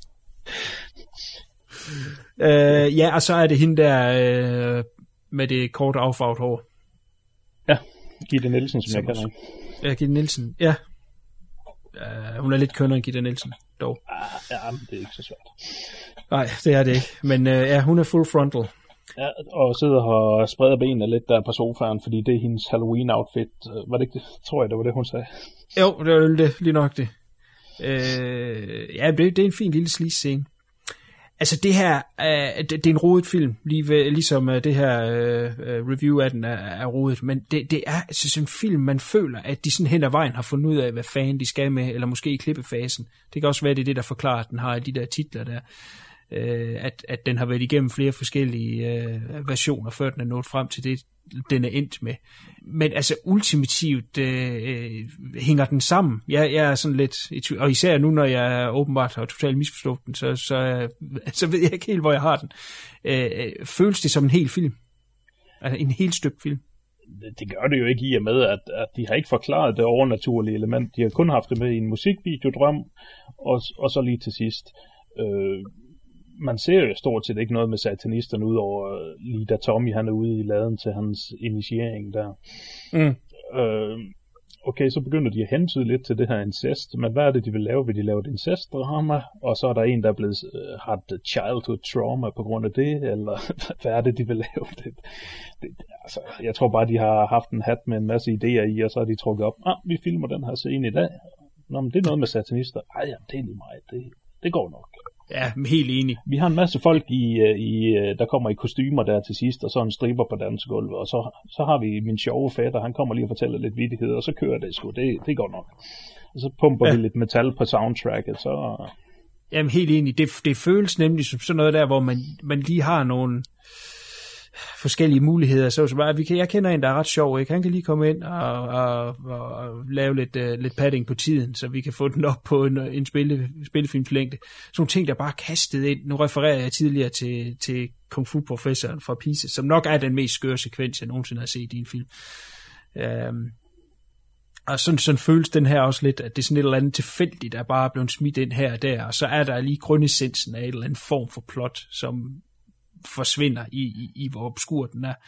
B: Ja, og så er det hende der med det kort affarvet hår.
C: Ja, Gitte Nielsen, som jeg kender.
B: Ja, Gitte Nielsen, ja. Hun er lidt kønnere end Gitte Nielsen, dog.
C: Ja, men det er ikke så svært.
B: Nej, det er det ikke. Men hun er full frontal.
C: Ja, og sidder og spreder benene lidt der på sofaen, fordi det er hendes Halloween-outfit. Var det ikke det? Tror jeg, det var det, hun sagde. Jo,
B: det var det, lige nok det. Ja, det er en fin lille sleaze-scene. Altså det her, det er en rodet film, ligesom det her review af den er rodet, men det er altså sådan en film, man føler, at de sådan hen ad vejen har fundet ud af, hvad fanden de skal med, eller måske i klippefasen. Det kan også være, det er det, der forklarer, at den har de der titler der. At den har været igennem flere forskellige versioner, før den er nået frem til det, den er endt med. Men altså ultimativt hænger den sammen. Jeg er sådan lidt, og især nu, når jeg åbenbart har totalt misforstået den, så ved jeg ikke helt, hvor jeg har den. Føles det som en hel film? Altså en helt støbt film?
C: Det gør det jo ikke i og med, at de har ikke forklaret det overnaturlige element. De har kun haft det med i en musikvideodrøm, og så lige til sidst. Man ser jo stort set ikke noget med satanisterne, udover lige da Tommy han er ude i laden til hans initiering der. okay, så begynder de at hentyde lidt til det her incest, men hvad er det, de vil lave? Vil de lave et incest-drama? Og så er der en, der er blevet har et childhood trauma på grund af det, eller hvad er det, de vil lave? Altså, jeg tror bare, de har haft en hat med en masse idéer i, og så har de trukket op, vi filmer den her scene i dag. Nå, men det er noget med satanister. Ej, jamen, det er lige mig. Det går nok.
B: Ja, helt enig.
C: Vi har en masse folk, der kommer i kostymer der til sidst, og så en striber på dansegulvet, og så har vi min sjove fætter, han kommer lige og fortæller lidt vittigheder, og så kører det sgu. Det går nok. Og så pumper vi lidt metal på soundtracket, så...
B: Jamen, helt enig. Det føles nemlig som sådan noget der, hvor man lige har nogle forskellige muligheder. Så bare, jeg kender en, der er ret sjov, ikke? Han kan lige komme ind og lave lidt padding på tiden, så vi kan få den op på en spillefilmslængde. Sådan nogle ting, der bare er kastet ind. Nu refererer jeg tidligere til Kung Fu-professoren fra Pisa, som nok er den mest skøre sekvens, jeg nogensinde har set i en film. Og sådan føles den her også lidt, at det er sådan et eller andet tilfældigt, der bare er blevet smidt ind her og der, og så er der lige grundessensen af en eller anden form for plot, som forsvinder i hvor obskur den er.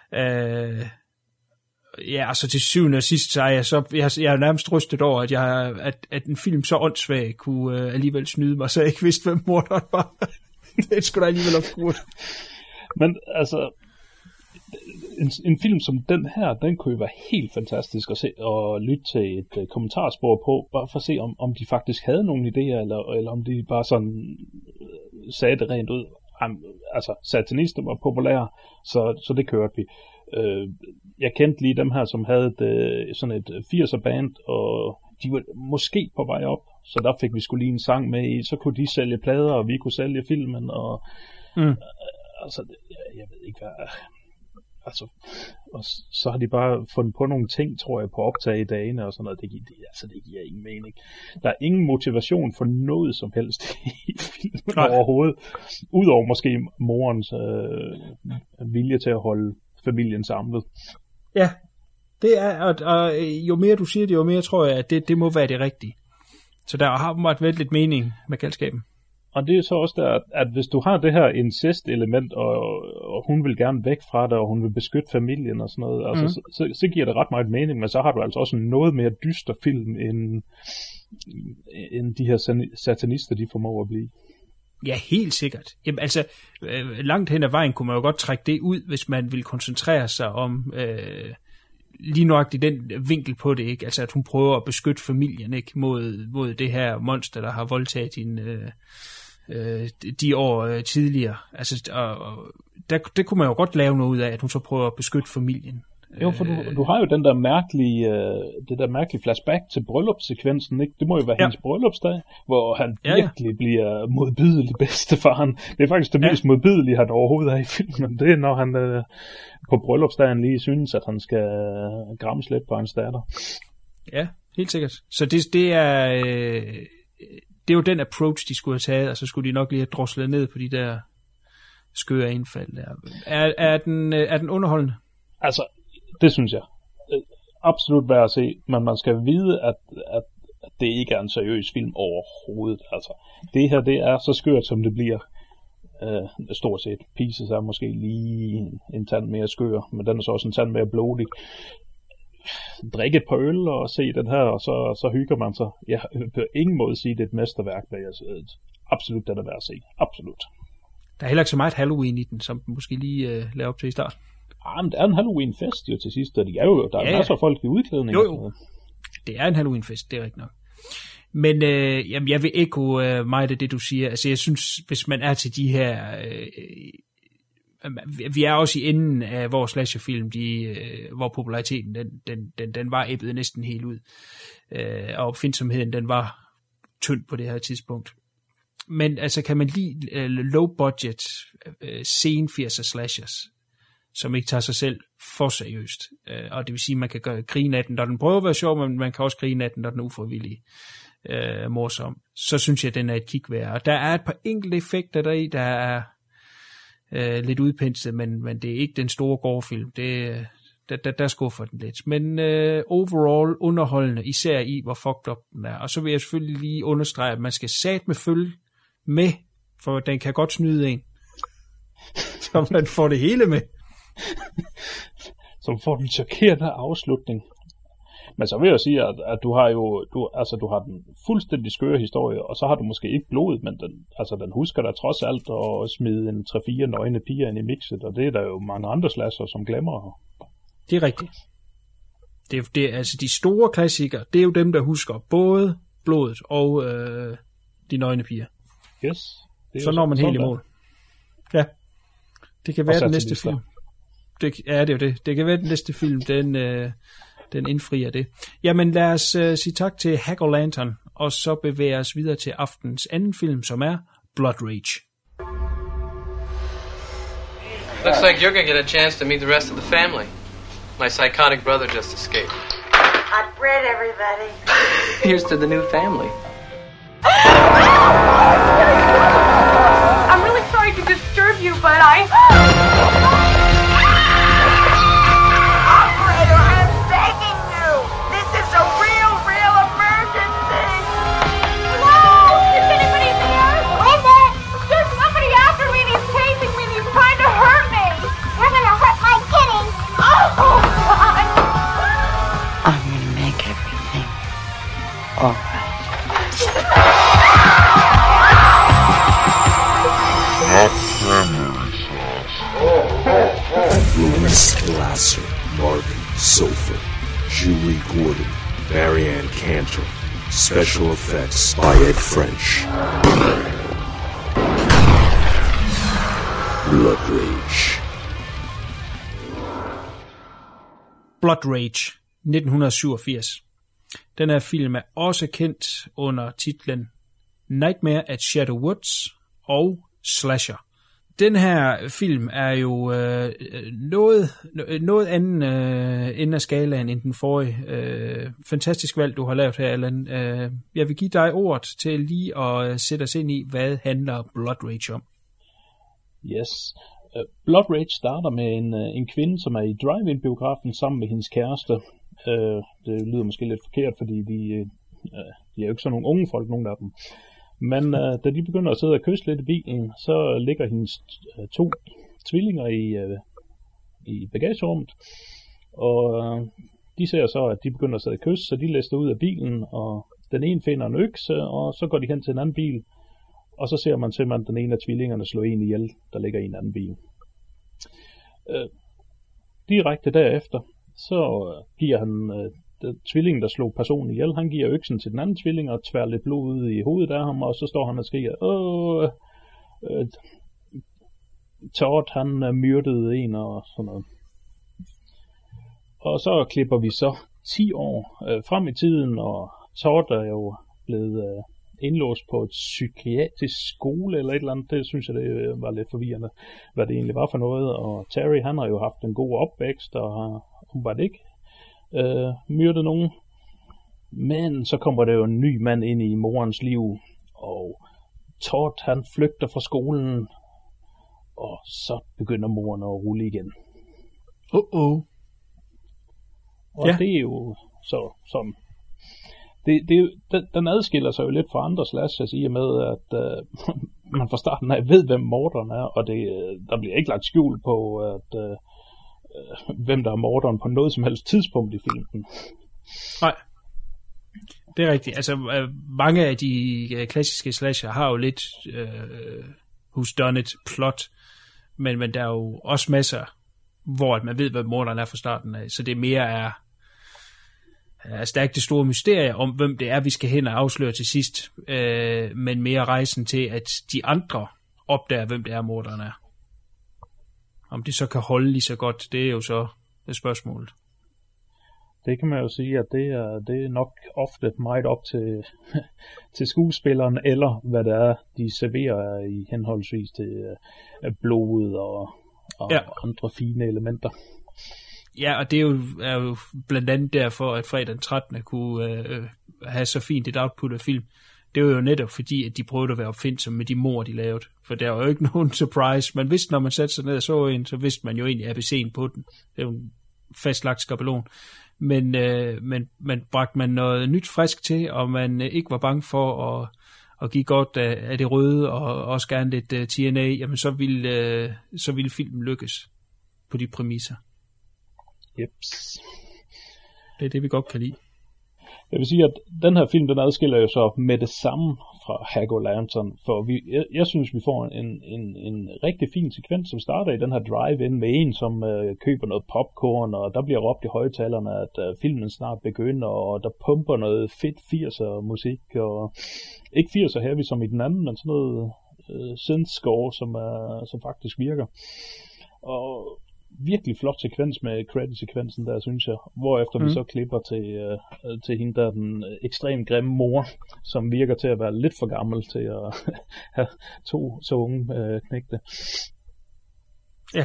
B: Ja, altså til syvende og sidst, så er jeg er nærmest rystet over, at en film så åndssvag kunne alligevel snyde mig, så jeg ikke vidste, hvem morderen var. Det skulle da alligevel obskurt.
C: Men altså, en film som den her, den kunne jo være helt fantastisk at se og lytte til et kommentarspor på, bare for at se, om de faktisk havde nogle idéer, eller om de bare sådan sagde det rent ud. Altså, satanister var populære, så det kørte vi. Jeg kendte lige dem her, som havde sådan et 80'er band, og de var måske på vej op, så der fik vi sgu lige en sang med i, så kunne de sælge plader, og vi kunne sælge filmen, og altså, jeg ved ikke hvad... Altså, og så har de bare fundet på nogle ting, tror jeg, på optag i dagene og sådan noget. Det giver ingen mening. Der er ingen motivation for noget som helst i filmen overhovedet. Udover måske morens vilje til at holde familien samlet.
B: Ja, det er, og jo mere du siger det, jo mere tror jeg, at det må være det rigtige. Så der har måtte være lidt mening med galskaben.
C: Og det er så også der, at hvis du har det her incest-element, og hun vil gerne væk fra det, og hun vil beskytte familien og sådan noget, altså, så giver det ret meget mening, men så har du altså også en noget mere dyster film, end de her satanister, de formår at blive.
B: Ja, helt sikkert. Jamen altså, langt hen ad vejen kunne man jo godt trække det ud, hvis man ville koncentrere sig om lige nøjagtigt den vinkel på det, ikke? Altså, at hun prøver at beskytte familien, ikke? Mod det her monster, der har voldtaget hende de år tidligere. Altså, og det kunne man jo godt lave noget ud af, at hun så prøver at beskytte familien.
C: Jo, for du har jo den der mærkelige flashback til bryllupssekvensen, ikke? Det må jo være hendes bryllupsdag, hvor han virkelig bliver modbydelig bedstefaren. Det er faktisk det mest modbydelige, han overhovedet er i filmen. Det er, når han på bryllupsdagen lige synes, at han skal grammes lidt på hans datter. Ja,
B: helt sikkert. Så det er jo den approach, de skulle have taget, og så skulle de nok lige have droslet ned på de der skøre indfald der. Er den underholdende?
C: Altså, det synes jeg. Absolut værd at se, men man skal vide, at det ikke er en seriøs film overhovedet. Altså, det her, det er så skørt, som det bliver. Stort set. Pieces er måske lige en tand mere skør, men den er så også en tand mere blodig. Drikke et par øl og se den her, og så hygger man sig. Jeg vil på ingen måde sige, at det er et mesterværk, men absolut den er værd at se. Absolut.
B: Der er heller ikke så meget Halloween i den, som den måske lige laver op til i start.
C: Men det er en Halloween-fest jo til sidst, og der er masser af folk i udklædning.
B: Jo. Det er en Halloween-fest, det er rigtigt nok. Men jamen, jeg vil ekko meget af det, du siger. Altså, jeg synes, hvis man er til de her... vi er også i enden af vores slasherfilm, hvor populariteten, den var æbbet næsten helt ud. Og opfindsomheden, den var tynd på det her tidspunkt. Men altså, kan man lide low-budget, sen 80'er slashers, som ikke tager sig selv for seriøst. Og det vil sige, at man kan grine af den, når den prøver at være sjov, men man kan også grine af den, når den er ufrivillig morsom. Så synes jeg, at den er et kig værd. Og der er et par enkelte effekter deri, der er lidt udpenslet, men det er ikke den store gårdfilm. Der skuffer den lidt. Men overall underholdende, især i, hvor fucked up den er. Og så vil jeg selvfølgelig lige understrege, at man skal satme følge med, for den kan godt snyde en. Så man får det hele med.
C: Som får den chokerende afslutning. Men så vil jeg sige, at du har den fuldstændig skøre historie, og så har du måske ikke blodet, men den husker da trods alt at smide en 3-4 nøgne piger ind i mixet, og det er der jo mange andre slasher, som glemmer.
B: Det er rigtigt. Det er altså de store klassikere, det er jo dem, der husker både blodet og de nøgne piger.
C: Yes.
B: Så når man helt i mål. Ja. Det kan være den næste film. Det er jo det. Det kan være den næste film, den indfrier det. Jamen lad os sige tak til Hack-O-Lantern, og så bevæge os videre til aftens anden film, som er Blood Rage.
D: Looks like you're gonna get a chance to meet the rest of the family. My psychotic brother just escaped.
E: Hot bread, everybody.
D: Here's to the new family.
E: I'm really sorry to disturb you, but Operator, I'm begging you. This is a real emergency. No! Is anybody there? There's somebody after me and he's chasing me and he's trying to hurt me. You're gonna hurt my kitty. Oh, God.
F: I'm gonna make everything all right.
G: Louis Glasser, Mark Sofer, Julie Gordon, Marianne Cantor. Special effects by Ed French. Blood Rage.
B: Blood Rage, 1987. Den her film er også kendt under titlen Nightmare at Shadow Woods og Slasher. Den her film er jo noget anden ende af skalaen end den forrige. Fantastisk valg, du har lavet her, Allan. Jeg vil give dig ordet til lige at sætte os ind i, hvad handler Blood Rage om.
C: Yes. Blood Rage starter med en kvinde, som er i drive-in-biografen sammen med hendes kæreste. Det lyder måske lidt forkert, fordi de er jo ikke sådan nogle unge folk, nogen af dem. Men da de begynder at sidde og kysse lidt i bilen, så ligger hendes 2 tvillinger i bagagerummet. Og de ser så, at de begynder at sidde og kysse, så de læster ud af bilen, og den ene finder en økse, og så går de hen til en anden bil. Og så ser man simpelthen den ene af tvillingerne slå en ihjel, der ligger i en anden bil. Direkte derefter, så giver han tvillingen, der slog personen ihjel, han giver øksen til den anden tvilling og tvær lidt blod ud i hovedet af ham, og så står han og skriger, Todd, han myrdede en og sådan noget. Og så klipper vi så 10 år frem i tiden, og Todd er jo blevet indlåst på et psykiatrisk skole eller et eller andet. Det synes jeg, det var lidt forvirrende, hvad det egentlig var for noget. Og Terry, han har jo haft en god opvækst, og hun var det ikke myrdet nogen. Men så kommer der jo en ny mand ind i morens liv, og Todd, han flygter fra skolen, og så begynder moren at rulle igen. Og ja. Det er jo så som den adskiller sig jo lidt fra andre slashers i og med, at man fra starten af ved, hvem morderen er, og der bliver ikke lagt skjul på, at hvem der er morderen på noget som helst tidspunkt i filmen.
B: Nej, det er rigtigt. Altså, mange af de klassiske slasher har jo lidt who's done it plot, men der er jo også masser, hvor man ved, hvad morderen er fra starten af, så det mere er stærkt det store mysterie om, hvem det er, vi skal hen og afsløre til sidst, men mere rejsen til, at de andre opdager, hvem det er, morderen er. Om det så kan holde lige så godt, det er jo så det spørgsmålet.
C: Det kan man jo sige, at det er nok ofte meget op til skuespilleren, eller hvad det er, de serverer i henholdsvis til blodet og ja, andre fine elementer.
B: Ja, og det er jo blandt andet derfor, at fredag den 13. kunne have så fint et output af film. Det var jo netop fordi, at de prøvede at være opfindsomme med de mord, de lavede. For der var jo ikke nogen surprise. Man vidste, når man satte sig ned og så en, så vidste man jo egentlig ABC'en på den. Det er jo en fastlagt skabelon. Men bragte man noget nyt frisk til, og man ikke var bange for at give godt af det røde, og også gerne lidt TNA, jamen så ville filmen lykkes på de præmisser.
C: Jeps.
B: Det er det, vi godt kan lide.
C: Jeg vil sige, at den her film, den adskiller jo så med det samme fra Hack-O-Lantern, for jeg synes, vi får en rigtig fin sekvens, som starter i den her drive-in med en, som køber noget popcorn, og der bliver råbt i højtalerne, at filmen snart begynder, og der pumper noget fedt 80'er musik, og ikke 80'er heavy som i den anden, men sådan noget synth-score, som faktisk virker. Og virkelig flot sekvens med credit-sekvensen der, synes jeg. Hvorefter vi så klipper til hende, der den ekstremt grimme mor, som virker til at være lidt for gammel til at have 2 så unge knægte.
B: Ja.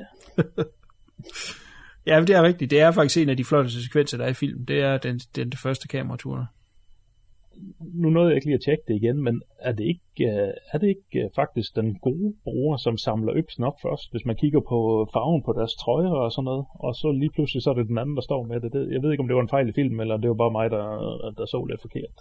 B: Ja, det er rigtigt. Det er faktisk en af de flotteste sekvenser, der er i filmen. Det er den første kameratur.
C: Nu nåede jeg ikke lige at tjekke det igen, men er det ikke faktisk den gode bror, som samler øksen op først, hvis man kigger på farven på deres trøjer og sådan noget, og så lige pludselig så er det den anden, der står med det. Jeg ved ikke, om det var en fejl i filmen, eller det var bare mig, der så lidt forkert.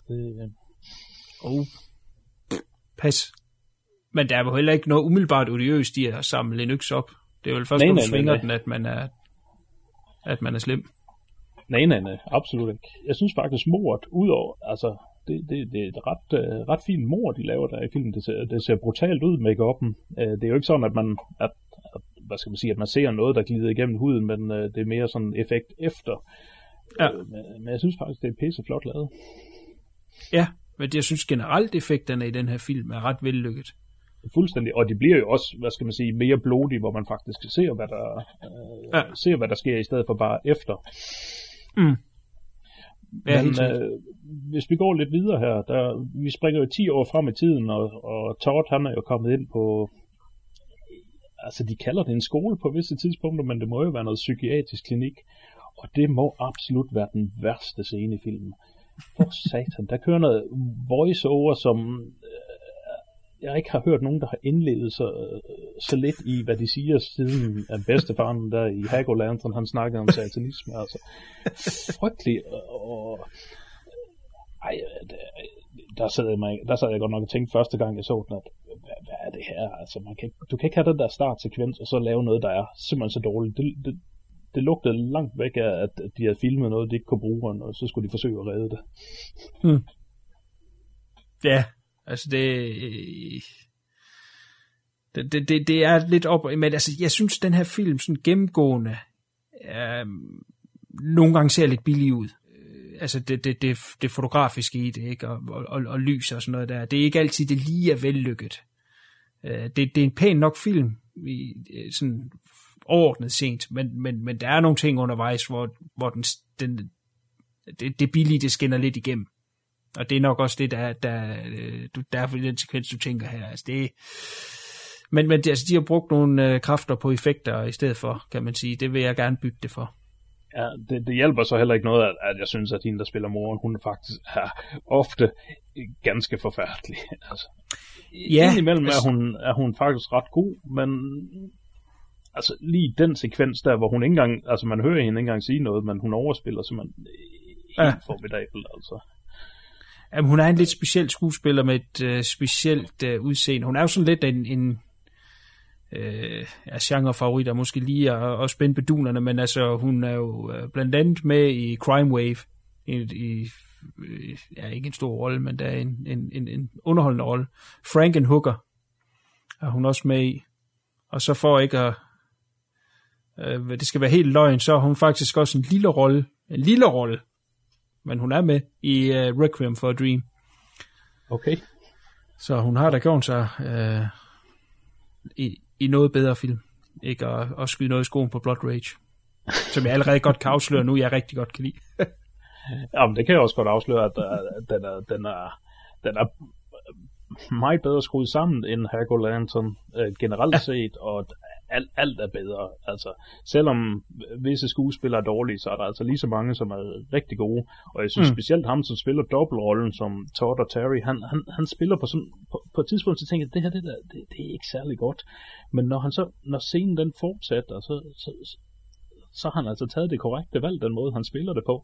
B: Pas. Men der er jo heller ikke noget umiddelbart odiøst i at samle en økse op. Det er vel først, når du svinger den, at man er slem.
C: Nej, absolut ikke. Jeg synes faktisk, mordet, udover, altså, det er et ret fint mord, de laver der i filmen. Det ser brutalt ud, make-up'en. Det er jo ikke sådan, at man ser noget, der glider igennem huden, men det er mere sådan effekt efter. Ja. Men jeg synes faktisk, det er pisseflot lavet.
B: Ja, men jeg synes generelt, effekterne i den her film er ret vellykket.
C: Fuldstændig, og de bliver jo også, mere blodige, hvor man faktisk ser, hvad der sker, i stedet for bare efter.
B: Mm. Ja,
C: men hvis vi går lidt videre her, vi springer jo 10 år frem i tiden, og Todd, han er jo kommet ind på, altså de kalder det en skole på visse tidspunkter, men det må jo være noget psykiatrisk klinik, og det må absolut være den værste scene i filmen. For satan, der kører noget voice-over, som jeg ikke har hørt nogen, der har indledet så lidt i, hvad de siger, siden at bedstefaren der i Hack-O-Lantern, han snakkede om satanisme. Altså, frygteligt. Der sad jeg godt nok og tænkte første gang, jeg så den, at hvad er det her? Altså, du kan ikke have den der startsekvens, og så lave noget, der er simpelthen så dårligt. Det lugtede langt væk af, at de havde filmet noget, de ikke kunne bruge, og så skulle de forsøge at redde det.
B: Ja. Altså det er lidt op, men altså jeg synes den her film sådan gennemgående nogle gange ser lidt billig ud. Altså det fotografiske i det, ikke, og lys og sådan noget der. Det er ikke altid det lige er vellykket. Det er en pæn nok film i sådan overordnet sent, men der er nogle ting undervejs, hvor det billige det skinner lidt igennem. Og det er nok også det, der er for den sekvens, du tænker her. Altså men altså, de har brugt nogle kræfter på effekter i stedet for, kan man sige. Det vil jeg gerne bytte det for.
C: Ja, det hjælper så heller ikke noget, at jeg synes, at hende, der spiller moren, hun faktisk er ofte ganske forfærdelig. Altså, ja, indimellem er hun faktisk ret god, men altså lige den sekvens der, hvor hun ikke engang, altså man hører hende ikke engang sige noget, men hun overspiller simpelthen helt formidabel, altså.
B: Jamen, hun er en lidt speciel skuespiller med et specielt udseende. Hun er jo sådan lidt en genrefavorit, og måske lige at spænde bedunerne, men altså, hun er jo blandt andet med i Crime Wave. Ikke en stor rolle, men der er en underholdende rolle. Frankenhooker er hun også med i. Og så for ikke at det skal være helt løgn, så er hun faktisk også en lille rolle, men hun er med i Requiem for a Dream.
C: Okay.
B: Så hun har da gjort sig i noget bedre film. Ikke at skyde noget i skoen på Blood Rage. Som jeg allerede godt kan afsløre nu, jeg rigtig godt kan lide.
C: Jamen, det kan jeg også godt afsløre, at den er meget bedre skruet sammen end Hack-O-Lantern generelt set, og alt er bedre. Altså, selvom visse skuespillere er dårlige, så er der altså lige så mange, som er rigtig gode. Og jeg synes specielt ham, som spiller dobbeltrollen som Todd og Terry, han spiller på et tidspunkt, så tænker jeg, det her det er ikke særlig godt. Men når scenen den fortsætter, så har han altså taget det korrekte valg, den måde, han spiller det på.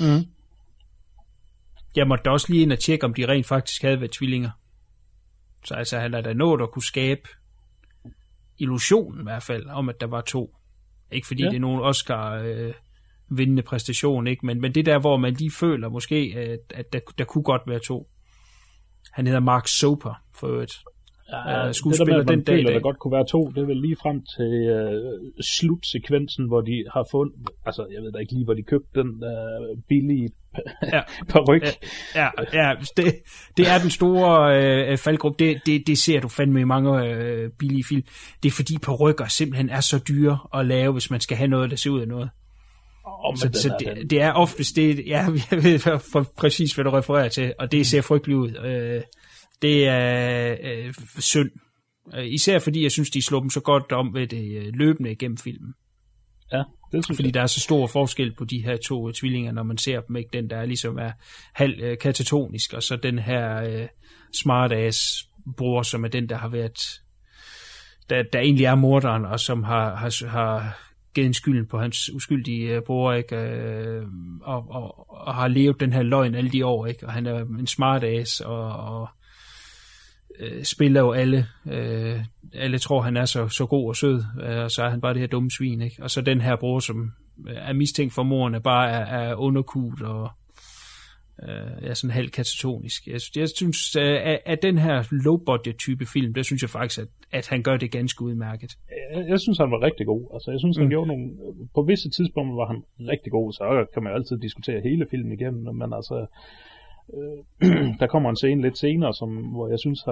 B: Jeg måtte da også lige ind og tjekke, om de rent faktisk havde været tvillinger. Så altså, han er da nået at kunne skabe illusionen i hvert fald, om at der var 2. Ikke fordi det er nogen Oscar vindende præstation, ikke? Men det der, hvor man lige føler måske, at der kunne godt være 2. Han hedder Mark Soper, for øvrigt.
C: Skuespiller den dag, der godt kunne være 2, det er vel lige frem til slutsekvensen, hvor de har fundet, altså jeg ved da ikke lige, hvor de købte den billige paryk.
B: Ja, det er den store faldgruppe. Det ser du fandme i mange billige film. Det er fordi parykker simpelthen er så dyre at lave, hvis man skal have noget, der ser ud af noget. Det er oftest det, ja, jeg ved for præcis, hvad du refererer til, og det ser frygteligt ud. Det er synd. Især fordi jeg synes, de slår dem så godt om ved det løbende igennem filmen.
C: Ja, det synes
B: fordi der er så stor forskel på de her 2 tvillinger, når man ser dem, ikke? Den der ligesom er halv katatonisk, og så den her smart-ass bror, som er den, der har været, der egentlig er morderen, og som har givet en skylden på hans uskyldige bror, ikke? Og har levet den her løgn alle de år, ikke? Og han er en smart-ass, og spiller jo alle tror, han er så god og sød, og så er han bare det her dumme svin, ikke? Og så den her bror, som er mistænkt for mordene, bare er underkudt og sådan halvt katatonisk. Jeg synes, at den her low-budget type film, der synes jeg faktisk, at han gør det ganske udmærket.
C: Jeg synes, han var rigtig god. Altså, jeg synes, han gjorde nogle... På visse tidspunkter var han rigtig god, så kan man jo altid diskutere hele filmen igennem, men altså... der kommer en scene lidt senere, hvor jeg synes,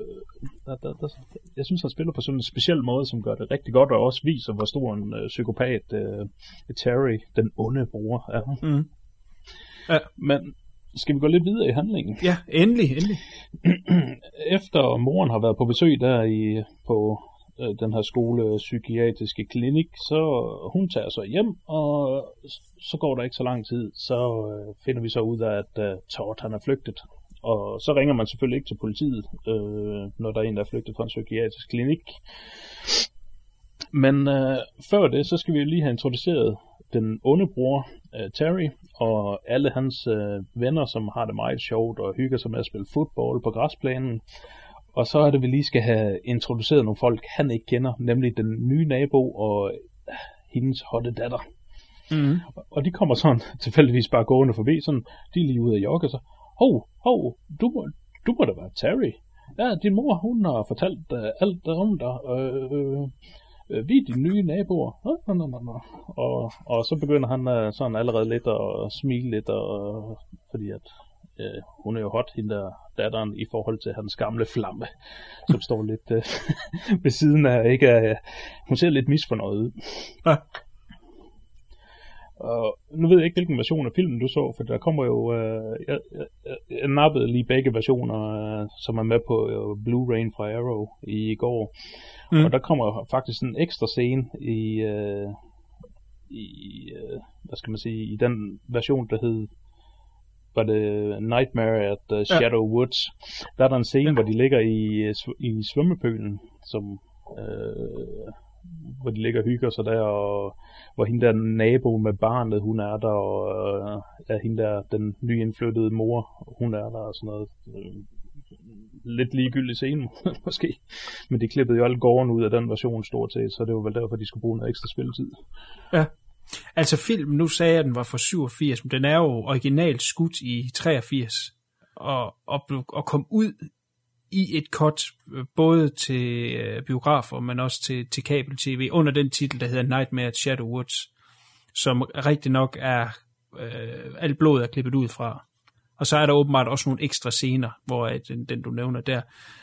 C: han spiller på sådan en speciel måde, som gør det rigtig godt, og også viser, hvor stor en psykopat Terry, den onde bror, er. Mm. Ja. Men skal vi gå lidt videre i handlingen?
B: Ja, endelig.
C: Efter moren har været på besøg der på den her skolepsykiatriske klinik, så hun tager sig hjem, og så går der ikke så lang tid, så finder vi så ud af, at Todd han er flygtet. Og så ringer man selvfølgelig ikke til politiet, når der er en, der er flygtet fra en psykiatrisk klinik. Men før det, så skal vi lige have introduceret den onde bror, Terry, og alle hans venner, som har det meget sjovt og hygger sig med at spille fodbold på græsplænen. Og så er det, vi lige skal have introduceret nogle folk, han ikke kender, nemlig den nye nabo og hendes hotte datter. Mm. Og de kommer sådan tilfældigvis bare gående forbi, sådan, de er lige ude at jogge, så, hov, du må da være Terry. Ja, din mor, hun har fortalt alt om dig. Vi er de nye naboer. Og så begynder han sådan allerede lidt at smile lidt, fordi at hun er jo hot, hende der datteren, i forhold til hans gamle flamme, som står lidt ved siden af, ikke? Hun ser lidt misfornøjet ud. Ja. Og nu ved jeg ikke, hvilken version af filmen du så, for der kommer jo, jeg nappede lige begge versioner, som er med på Blu-ray fra Arrow i går. Mm. Og der kommer faktisk en ekstra scene i hvad skal man sige, i den version, der hed, var det Nightmare at Shadow Woods. Der er der en scene, hvor de ligger i svømmepølen, som hvor de ligger og hygger sig der, og hvor hende der nabo med barnet, hun er der, og hende der, den nyindflyttede mor, hun er der, og sådan noget. Lidt ligegyldig scene, måske. Men de klippede jo alle gården ud af den version stort set, så det var vel derfor, de skulle bruge noget ekstra spilletid. Ja.
B: Altså filmen, nu sagde jeg, at den var fra 87, men den er jo originalt skudt i 83, og kom ud i et cut, både til biografer, men også til kabel-tv, under den titel, der hedder Nightmare at Shadow Woods, som rigtig nok er, alt blodet er klippet ud fra. Og så er der åbenbart også nogle ekstra scener, hvor den du nævner der.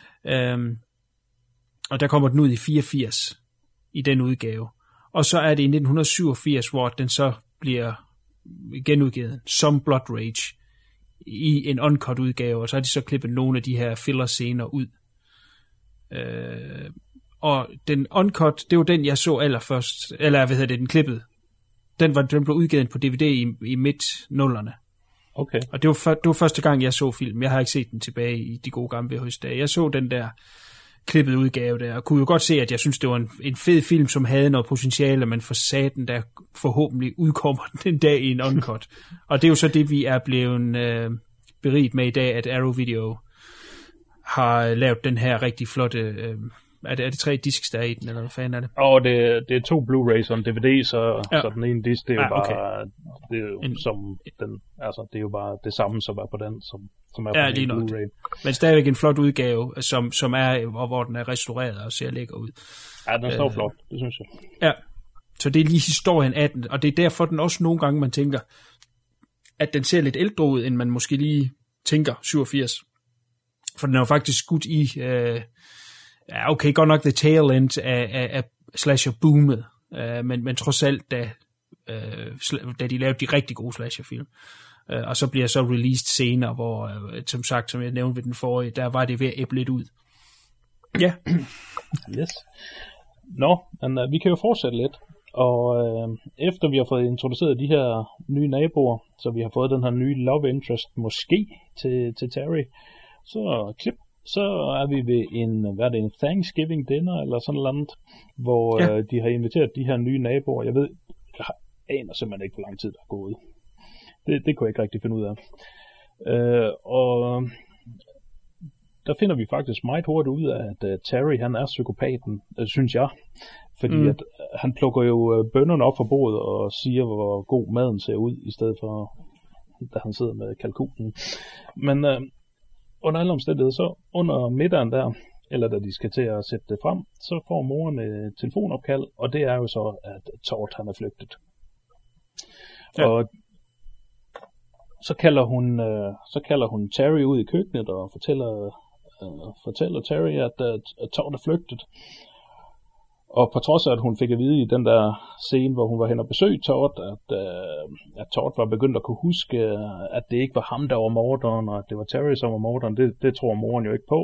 B: Og der kommer den ud i 84, i den udgave. Og så er det i 1987, hvor den så bliver genudgivet som Blood Rage i en uncut udgave, og så har de så klippet nogle af de her filler-scener ud. Og den uncut, det var den, jeg så allerførst, eller hvad hedder det, den klippede. Den blev udgivet på DVD i midt-nullerne.
C: Okay.
B: Og det var første gang, jeg så film. Jeg har ikke set den tilbage i de gode gamle VHS-dage. Jeg så den der klippet udgave der, og kunne jo godt se, at jeg synes, det var en fed film, som havde noget potentiale, men for satan, der forhåbentlig udkommer den dag i en uncut. Og det er jo så det, vi er blevet beriget med i dag, at Arrow Video har lavet den her rigtig flotte, Er det 3 discs, der er i den, eller hvad fanden er det?
C: Og det er 2 Blu-rays og en DVD, så den ene disc, det er jo bare, det er jo som den, altså det er jo bare det samme, som er på den, som er på den Blu-ray.
B: Men stadigvæk en flot udgave, som er, hvor den er restaureret og ser lækker ud.
C: Ja, den står flot, det synes jeg.
B: Ja, så det er lige historien af den, og det er derfor, den også nogle gange, man tænker, at den ser lidt ældre ud, end man måske lige tænker 87. For den er jo faktisk skudt i, okay, godt nok the tail end af slasher-boomet, men trods alt, da de lavede de rigtig gode slasher-film. Og så bliver så released senere, hvor, som sagt, som jeg nævnte ved den forrige, der var det ved at æble lidt ud. Ja.
C: Yes. Nå, men vi kan jo fortsætte lidt. Og efter vi har fået introduceret de her nye naboer, så vi har fået den her nye love interest måske til Terry, så er vi ved en Thanksgiving dinner eller sådan noget andet, hvor de har inviteret de her nye naboer. Jeg aner simpelthen ikke, hvor lang tid der er gået. Det kunne jeg ikke rigtig finde ud af. Og der finder vi faktisk meget hurtigt ud af, at Terry, han er psykopaten, synes jeg. Fordi at han plukker jo bønnerne op fra bordet og siger, hvor god maden ser ud, i stedet for, da han sidder med kalkunen. Men under alle omstændigheder, så under middagen der, eller da de skal til at sætte det frem, så får moren et telefonopkald, og det er jo så, at Todd, han er flygtet. Ja. Og så kalder hun Terry ud i køkkenet og fortæller Terry, at Todd er flygtet. Og på trods af, at hun fik at vide i den der scene, hvor hun var hen og besøgte Todd, at Todd var begyndt at kunne huske, at det ikke var ham, der var morderen, og at det var Terry, som var morderen, det tror moren jo ikke på.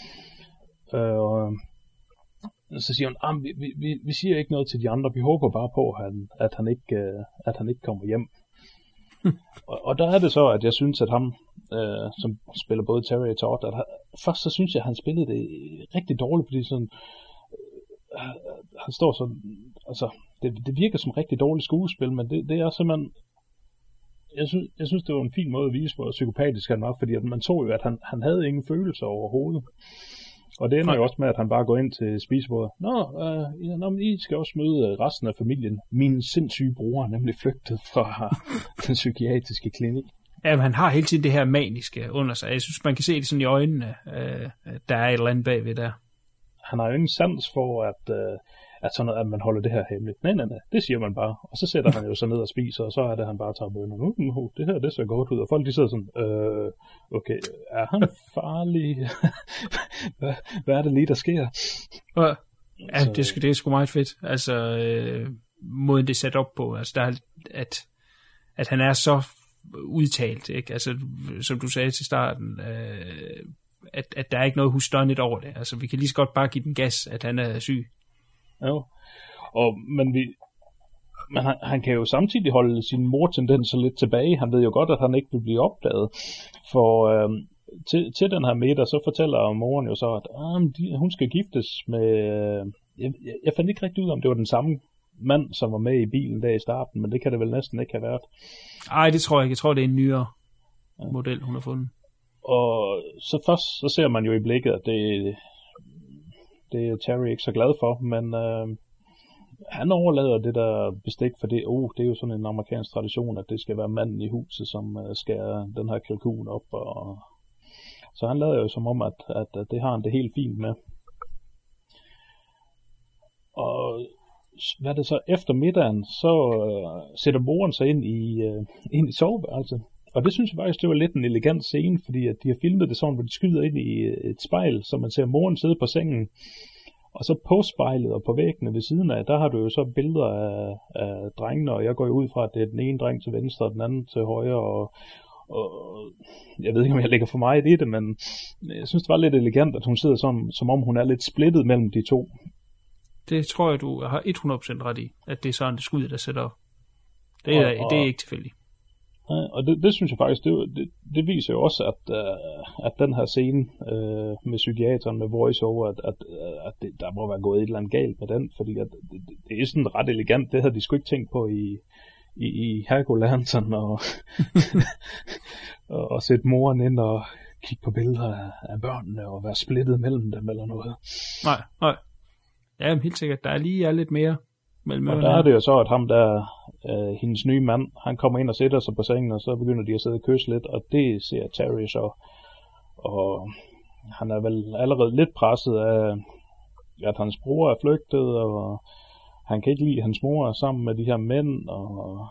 C: Så siger hun, vi siger ikke noget til de andre, vi håber bare på, at han ikke kommer hjem. Og der er det så, at jeg synes, at ham, som spiller både Terry og Todd, først så synes jeg, at han spillede det rigtig dårligt, fordi sådan, han står sådan, altså, det virker som rigtig dårligt skuespil, men det er simpelthen, jeg synes, det var en fin måde at vise, hvor psykopatisk han var, fordi at man så jo, at han havde ingen følelser overhovedet. Og det ender jo også med, at han bare går ind til spisebordet. Nå, I skal også møde resten af familien. Min sindssyge bror er nemlig flygtet fra den psykiatriske klinik.
B: Ja, men han har hele tiden det her maniske under sig. Jeg synes, man kan se det sådan i øjnene, der er et eller andet bagved der.
C: Han har jo ingen sans for, at, sådan noget, at man holder det her hemmeligt. Nej, det siger man bare. Og så sætter han jo så ned og spiser, og så er det, han bare tager bønner. Det her, det ser godt ud. Og folk, de sidder sådan, okay, er han farlig? Hvad er det lige, der sker?
B: Ja, det er sgu meget fedt. Altså, måden det er sat op på. Altså, der er, at han er så udtalt, ikke? Altså, som du sagde til starten, at der er ikke noget husdønnet over det. Altså, vi kan lige så godt bare give den gas, at han er syg.
C: Jo, men han kan jo samtidig holde sine mortendenser lidt tilbage. Han ved jo godt, at han ikke vil blive opdaget. For til den her middag, så fortæller moren jo så, at hun skal giftes med... Jeg fandt ikke rigtig ud af, om det var den samme mand, som var med i bilen der i starten, men det kan det vel næsten ikke have været.
B: Nej, det tror jeg ikke. Jeg tror, det er en nyere model, hun har fundet.
C: Og så først så ser man jo i blikket, at det er Terry ikke så glad for, men han overlader det der bestik, for det er jo sådan en amerikansk tradition, at det skal være manden i huset, som skærer den her kalkun op. Og så han lader jo som om, at det har han det helt fint med. Og hvad det så efter middagen, så sætter moren sig ind i soveværelset. Og det synes jeg faktisk, det var lidt en elegant scene, fordi at de har filmet det sådan, hvor de skyder ind i et spejl, så man ser moren sidde på sengen. Og så på spejlet og på væggene ved siden af, der har du jo så billeder af drengene, og jeg går jo ud fra, at det er den ene dreng til venstre, og den anden til højre, og jeg ved ikke, om jeg lægger for meget i det, men jeg synes, det var lidt elegant, at hun sidder sådan, som om hun er lidt splittet mellem de to.
B: Det tror jeg, du har 100% ret i, at det er sådan, det skud, der sætter op. Det er ikke tilfældigt.
C: Og det synes jeg faktisk, det viser jo også, at den her scene med psykiateren, med voice-over, at der må være gået et eller andet galt med den, fordi at det er sådan ret elegant, det havde de sgu ikke tænkt på i Jack-o'-lantern, og sætte moren ind og kigge på billeder af børnene, og være splittet mellem dem eller noget.
B: Nej. Ja, helt sikkert. Der er lige lidt mere mellem
C: Og
B: ørerne.
C: der er det jo så, at ham der, hendes nye mand, han kommer ind og sætter sig på sengen, og så begynder de at sidde og kysse lidt, og det ser Terry så. Og han er vel allerede lidt presset af, at hans bror er flygtet, og han kan ikke lide, at hans mor er sammen med de her mænd, og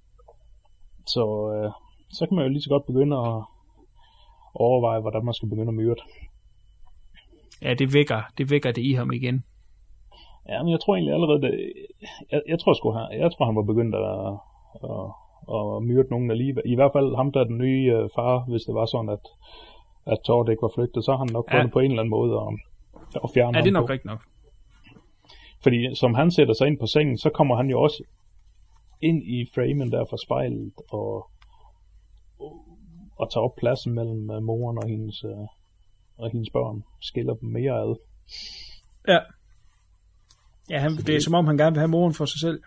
C: så kan man jo lige så godt begynde at overveje, hvordan man skal begynde at myrde.
B: Ja, det vækker det i ham igen.
C: Ja, men jeg tror egentlig allerede, jeg tror han var begyndt at myrde nogen alligevel. I hvert fald ham der den nye far, hvis det var sådan, at Todd ikke var flygtet, så har han nok fundet på en eller anden måde at fjerne ham.
B: Ja, det er nok rigtigt nok.
C: Fordi som han sætter sig ind på sengen, så kommer han jo også ind i framen der fra spejlet og tager op pladsen mellem moren og hendes børn. Skiller dem mere ad.
B: Ja. Ja, det er som om han gerne vil have moren for sig selv.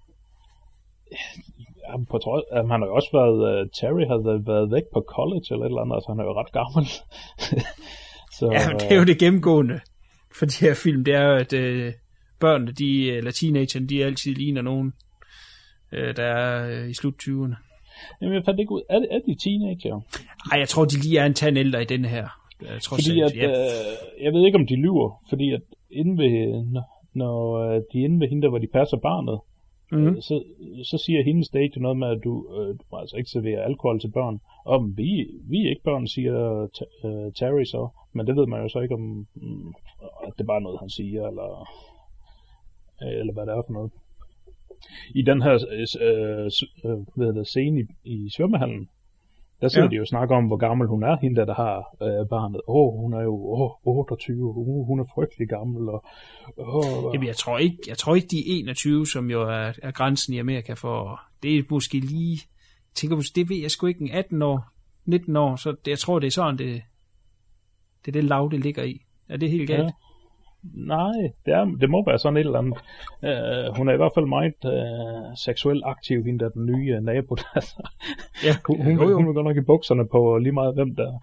C: Ja, på trods, han har jo også været, Terry havde været væk på college eller et eller andet, altså han er jo ret gammel. Så,
B: ja, det er jo det gennemgående for de her film, det er jo, at børnene, eller teenagerne, de altid ligner nogen, der er i slut 20'erne.
C: Jamen, jeg fandt ikke ud. Er de teenager?
B: Nej, jeg tror, de lige er en tand ældre i denne her.
C: Fordi at, jeg ved ikke, om de lyver, fordi at når de er inde ved hende, der hvor de passer barnet, så siger hendes date noget med, at du må altså ikke servere alkohol til børn. Og vi er ikke børn, siger Terry så. Men det ved man jo så ikke, om at det er bare noget, han siger, eller hvad det er for noget. I den her scene i svømmehallen, der sidder de jo snakke om, hvor gammel hun er, hende der har barnet. Hun er jo 28, hun er frygtelig gammel.
B: Jamen, jeg tror ikke, de 21, som jo er grænsen i Amerika for, det er måske lige, tænker på, det ved jeg sgu ikke, 18 år, 19 år, så jeg tror, det er sådan, det er det lav, det ligger i. Er det helt galt?
C: Ja. Nej, det må være sådan et eller andet. Hun er i hvert fald meget seksuelt aktiv, hende der den nye nabo.
B: Ja,
C: hun vil godt nok i bukserne på lige meget hvem der.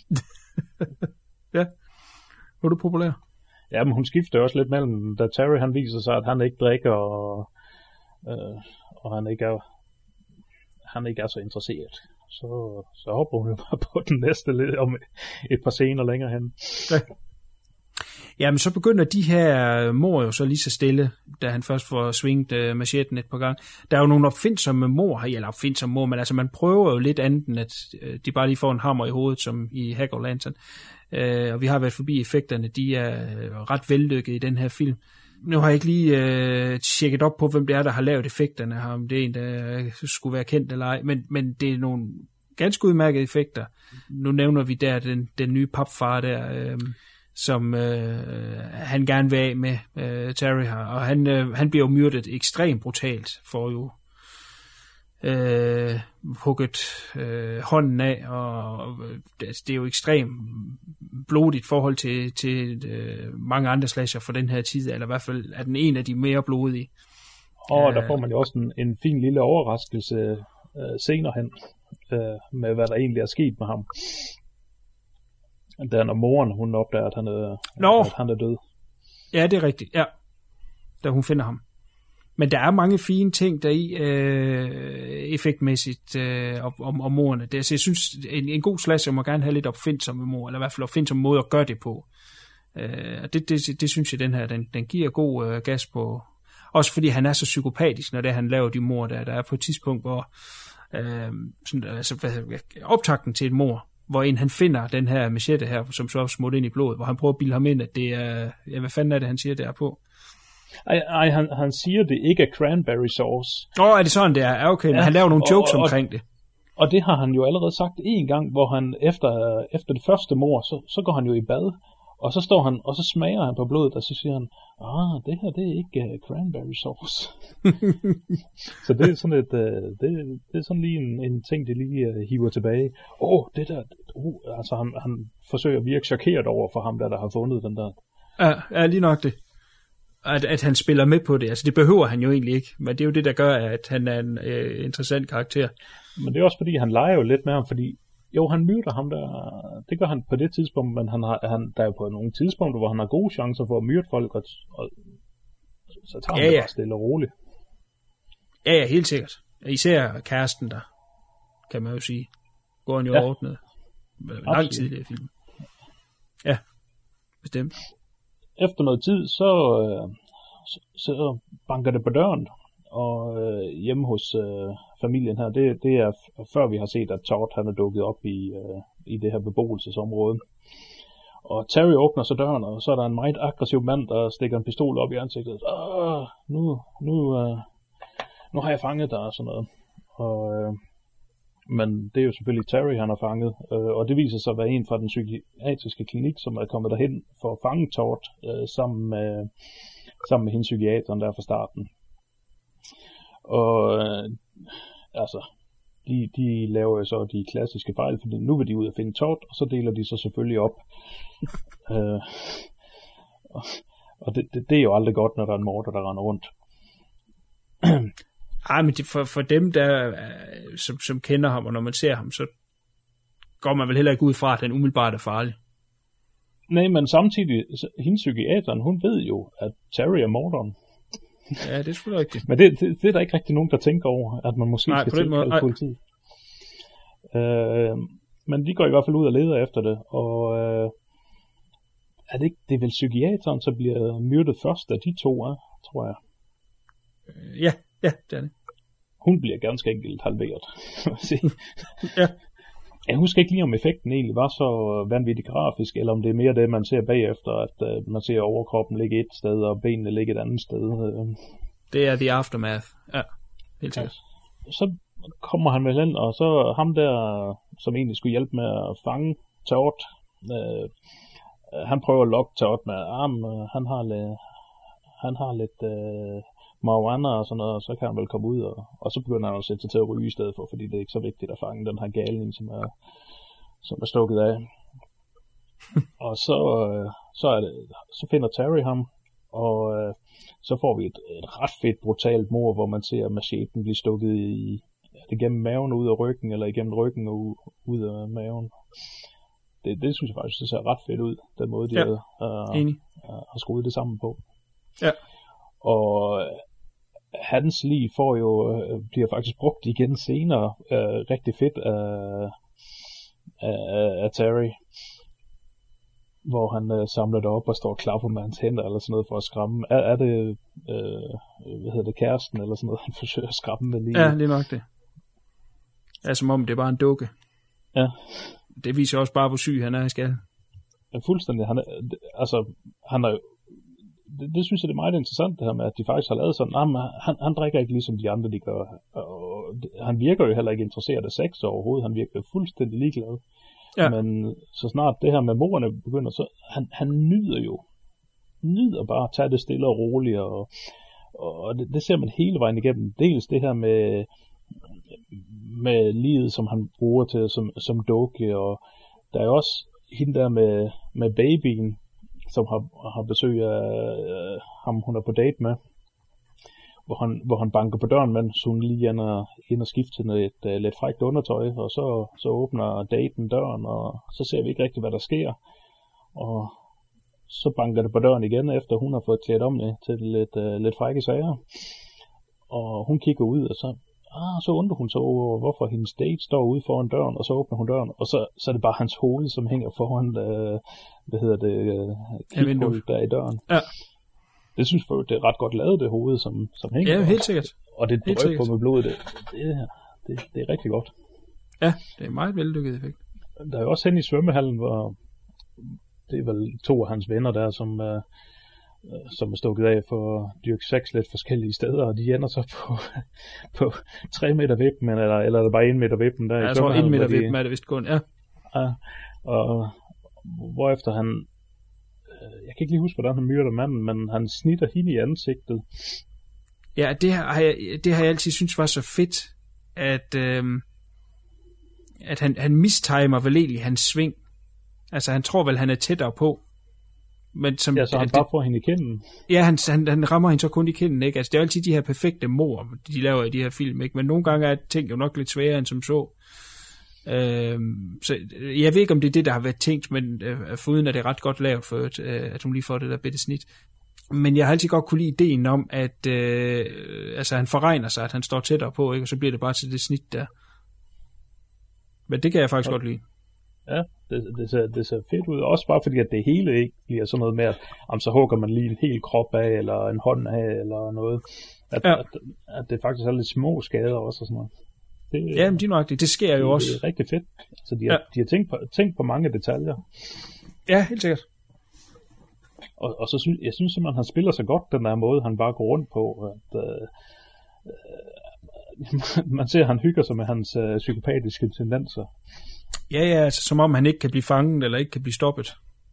B: Ja, nu er du populær.
C: Ja, men hun skifter også lidt mellem, da Terry han viser sig, at han ikke drikker, og han ikke er så interesseret. Så hopper hun jo bare på den næste lidt om et par scener længere hen.
B: Ja. Jamen, så begynder de her mor jo så lige så stille, da han først får svinget machetten et par gange. Der er jo nogle opfindsomme mor, eller opfindsomme mor, men altså man prøver jo lidt andet, end at de bare lige får en hammer i hovedet, som i Hack og Lantern. Og vi har været forbi effekterne, de er ret vellykkede i den her film. Nu har jeg ikke lige tjekket op på, hvem det er, der har lavet effekterne, om det er en, der skulle være kendt eller ej, men det er nogle ganske udmærkede effekter. Nu nævner vi der den nye papfar der, som han gerne vil af med, Terry her, og han bliver jo myrdet ekstremt brutalt, for jo hugget hånden af, og det er jo ekstremt blodigt forhold til mange andre slasher for den her tid, eller i hvert fald er den en af de mere blodige.
C: Og der får man jo også en fin lille overraskelse senere hen, med hvad der egentlig er sket med ham. Der når moren, hun opdager, at han er død.
B: Ja, det er rigtigt, ja. Da hun finder ham. Men der er mange fine ting der i effektmæssigt om morerne. Det, altså, jeg synes, en god slasher må gerne have lidt opfindsomme mor, eller i hvert fald opfindsomme måde at gøre det på. Det synes jeg, den her, den giver god gas på. Også fordi han er så psykopatisk, når det han laver de mor, der er på et tidspunkt, hvor optakten til et mor, hvor han finder den her machete her, som så er smurt ind i blodet, hvor han prøver at bilde ham ind, at det er, ja, hvad fanden er det, han siger, det er på?
C: Han siger, det ikke er cranberry sauce.
B: Er det sådan, det er? Ja, okay, men han laver nogle jokes omkring det.
C: Og det har han jo allerede sagt en gang, hvor han efter det første mord, så går han jo i bad, og så står han, og så smager han på blodet, og så siger han, det her, det er ikke cranberry sauce. Så det er sådan det er sådan lige en ting, de lige hiver tilbage. Det der, altså han forsøger at virke chokeret over for ham, der har fundet den der.
B: Ja, lige nok det. At han spiller med på det. Altså det behøver han jo egentlig ikke, men det er jo det, der gør, at han er en interessant karakter.
C: Men det er også fordi, han leger jo lidt med ham, fordi jo, han myrder ham der, det gør han på det tidspunkt, men der er jo på nogle tidspunkter, hvor han har gode chancer for at myrde folk, og så tager han det bare stille og roligt.
B: Ja, helt sikkert. Især kæresten der, kan man jo sige, går han jo ordnet. Langt tidligere i filmen. Ja, bestemt.
C: Efter noget tid, så banker det på døren, og hjemme hos familien her, det er før vi har set, at Todd han er dukket op i det her beboelsesområde. Og Terry åbner så døren, og så er der en meget aggressiv mand, der stikker en pistol op i ansigtet. Nu har jeg fanget dig og sådan noget. Men det er jo selvfølgelig Terry, han har fanget. Og det viser sig at være en fra den psykiatriske klinik, som er kommet derhen for at fange Todd sammen med hende psykiateren der fra starten. Og altså, de laver jo så de klassiske fejl, for nu vil de ud og finde Todd, og så deler de så selvfølgelig op. Og det er jo aldrig godt, når der er en morder, der render rundt.
B: Ej, men for dem, der som kender ham, og når man ser ham, så går man vel heller ikke ud fra, at den umiddelbart er farlig.
C: Nej, men samtidig, hendes psykiateren, hun ved jo, at Terry er morderen.
B: Ja, det er selvfølgelig rigtigt.
C: Men det er der ikke rigtig nogen, der tænker over, at man måske skal tilkalde politiet. Men de går i hvert fald ud og leder efter det, og er det er vel psykiateren, så bliver myrdet først af de to, tror jeg.
B: Ja, det er det.
C: Hun bliver ganske enkelt halveret.
B: Ja.
C: Jeg husker ikke lige, om effekten egentlig var så vanvittigt grafisk, eller om det er mere det, man ser bagefter, at man ser overkroppen ligge et sted, og benene ligge et andet sted.
B: Det er The Aftermath. Ja, helt sikkert.
C: Så kommer han med hen, og så ham der, som egentlig skulle hjælpe med at fange Todd, han prøver at lokke Todd med, han har lidt marijuana og sådan noget, og så kan han vel komme ud, og så begynder han at sætte sig til at ryge i stedet for, fordi det er ikke så vigtigt at fange den her galning, som er stukket af. Og så finder Terry ham, og så får vi et ret fedt, brutalt mord, hvor man ser macheten blive stukket igennem maven ud af ryggen, eller igennem ryggen og ud af maven. Det synes jeg faktisk, det ser ret fedt ud, den måde, de har skruet det sammen på.
B: Ja.
C: Og hans lig bliver faktisk brugt igen senere, rigtig fedt af Terry, hvor han samler det op og står og klapper med hans hænder eller sådan noget for at skræmme. Er det kæresten eller sådan noget, han forsøger at skræmme med lige?
B: Ja, lige nok det. Ja, som om det er bare en dukke.
C: Ja.
B: Det viser også bare, hvor syg han er i skallen.
C: Ja, fuldstændig. Han er det synes jeg, det er meget interessant, det her med, at de faktisk har lavet sådan, han drikker ikke ligesom de andre, de gør. Og han virker jo heller ikke interesseret af sex overhovedet. Han virker fuldstændig ligeglad. Ja. Men så snart det her med morerne begynder, så han nyder bare at tage det stille og roligt, og det ser man hele vejen igennem. Dels det her med livet, som han bruger til som dukke, og der er også hende der med babyen, som har besøg af ham, hun er på date med, hvor han banker på døren, mens hun lige ind og skifter til et lidt frækt undertøj, og så åbner daten døren, og så ser vi ikke rigtigt, hvad der sker. Og så banker det på døren igen, efter hun har fået klædt om til lidt frække sager. Og hun kigger ud, og så undrer hun sig over, hvorfor hendes date står ude foran døren, og så åbner hun døren, og så er det bare hans hoved, som hænger foran, kigghullet der i døren. Ja. Det synes jeg, det er ret godt lavet, det hoved, som hænger.
B: Ja, helt sikkert.
C: Og det drøb på med blodet, det er rigtig godt.
B: Ja, det er meget vellykket effekt.
C: Der er jo også hen i svømmehallen, hvor det er vel 2 af hans venner der, som er stukket af for at dyrke sex lidt forskellige steder, og de ender så på 3 meter vippen, eller er det bare 1 meter vippen der?
B: Ja, jeg tror 1 meter vippen er det vist kun, ja.
C: Ja, og hvorefter han, jeg kan ikke lige huske, hvordan han myrder manden, men han snitter hende i ansigtet.
B: Ja, det har jeg altid synes var så fedt, at han mistimer vel egentlig hans sving. Altså han tror vel, han er tættere på. Men som,
C: så han bare får hende i kinden.
B: Ja, han rammer hende så kun i kinden, ikke? Altså det er altid de her perfekte mord, de laver i de her film, ikke? Men nogle gange er ting jo nok lidt sværere end som så. Så jeg ved ikke, om det er det, der har været tænkt, men foruden er det ret godt lavet for at hun lige får det der bitte snit. Men jeg har altid godt kunne lide ideen om, at altså han forregner sig, at han står tættere på, ikke? Og så bliver det bare til det snit der. Men det kan jeg faktisk godt lide.
C: Ja, det ser fedt ud. Også bare fordi, at det hele ikke bliver sådan noget med, at så hugger man lige en hel krop af, eller en hånd af, eller noget. At det faktisk er lidt små skader også og sådan noget.
B: Ja, men det er nøjagtigt. Det sker jo også.
C: Det er rigtig fedt. Så de har tænkt på mange detaljer.
B: Ja, helt sikkert.
C: Og så jeg synes simpelthen, han spiller så godt den der måde, han bare går rundt på. At, man ser, at han hygger sig med hans psykopatiske tendenser.
B: Ja, altså som om han ikke kan blive fanget, eller ikke kan blive stoppet.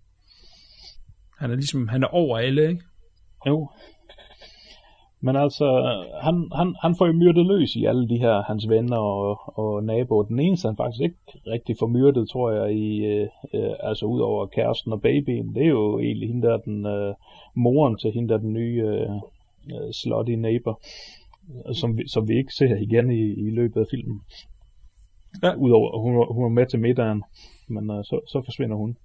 B: Han er over alle, ikke?
C: Jo. Men altså, han får jo myrdet løs i alle de her, hans venner og naboer. Den eneste, han faktisk ikke rigtig får myrdet, tror jeg, altså ud over kæresten og babyen, det er jo egentlig hende der, den moren til hende der, den nye slutty neighbor, som vi ikke ser igen i løbet af filmen. Ja. Udover, hun er med til middagen, men så forsvinder hun.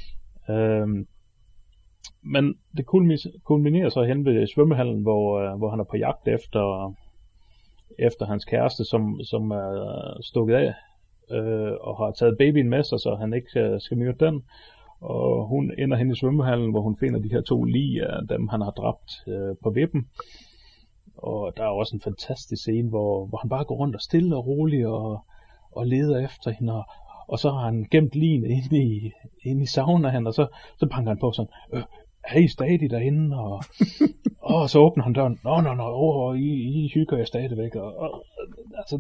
C: Men det kulminerer så hen ved svømmehallen, hvor han er på jagt efter hans kæreste, som er stukket af og har taget babyen med sig, så han ikke skal myrde den. Og hun ender hen i svømmehallen, hvor hun finder de her 2 lig af dem, han har dræbt på vippen. Og der er også en fantastisk scene, hvor han bare går rundt og stille og roligt og leder efter hende. Og så har han gemt ligene inde i saunaen, og så banker han på sådan, er I stadig derinde? Og så åbner han døren. Nå, I hygger jeg stadigvæk. Og altså,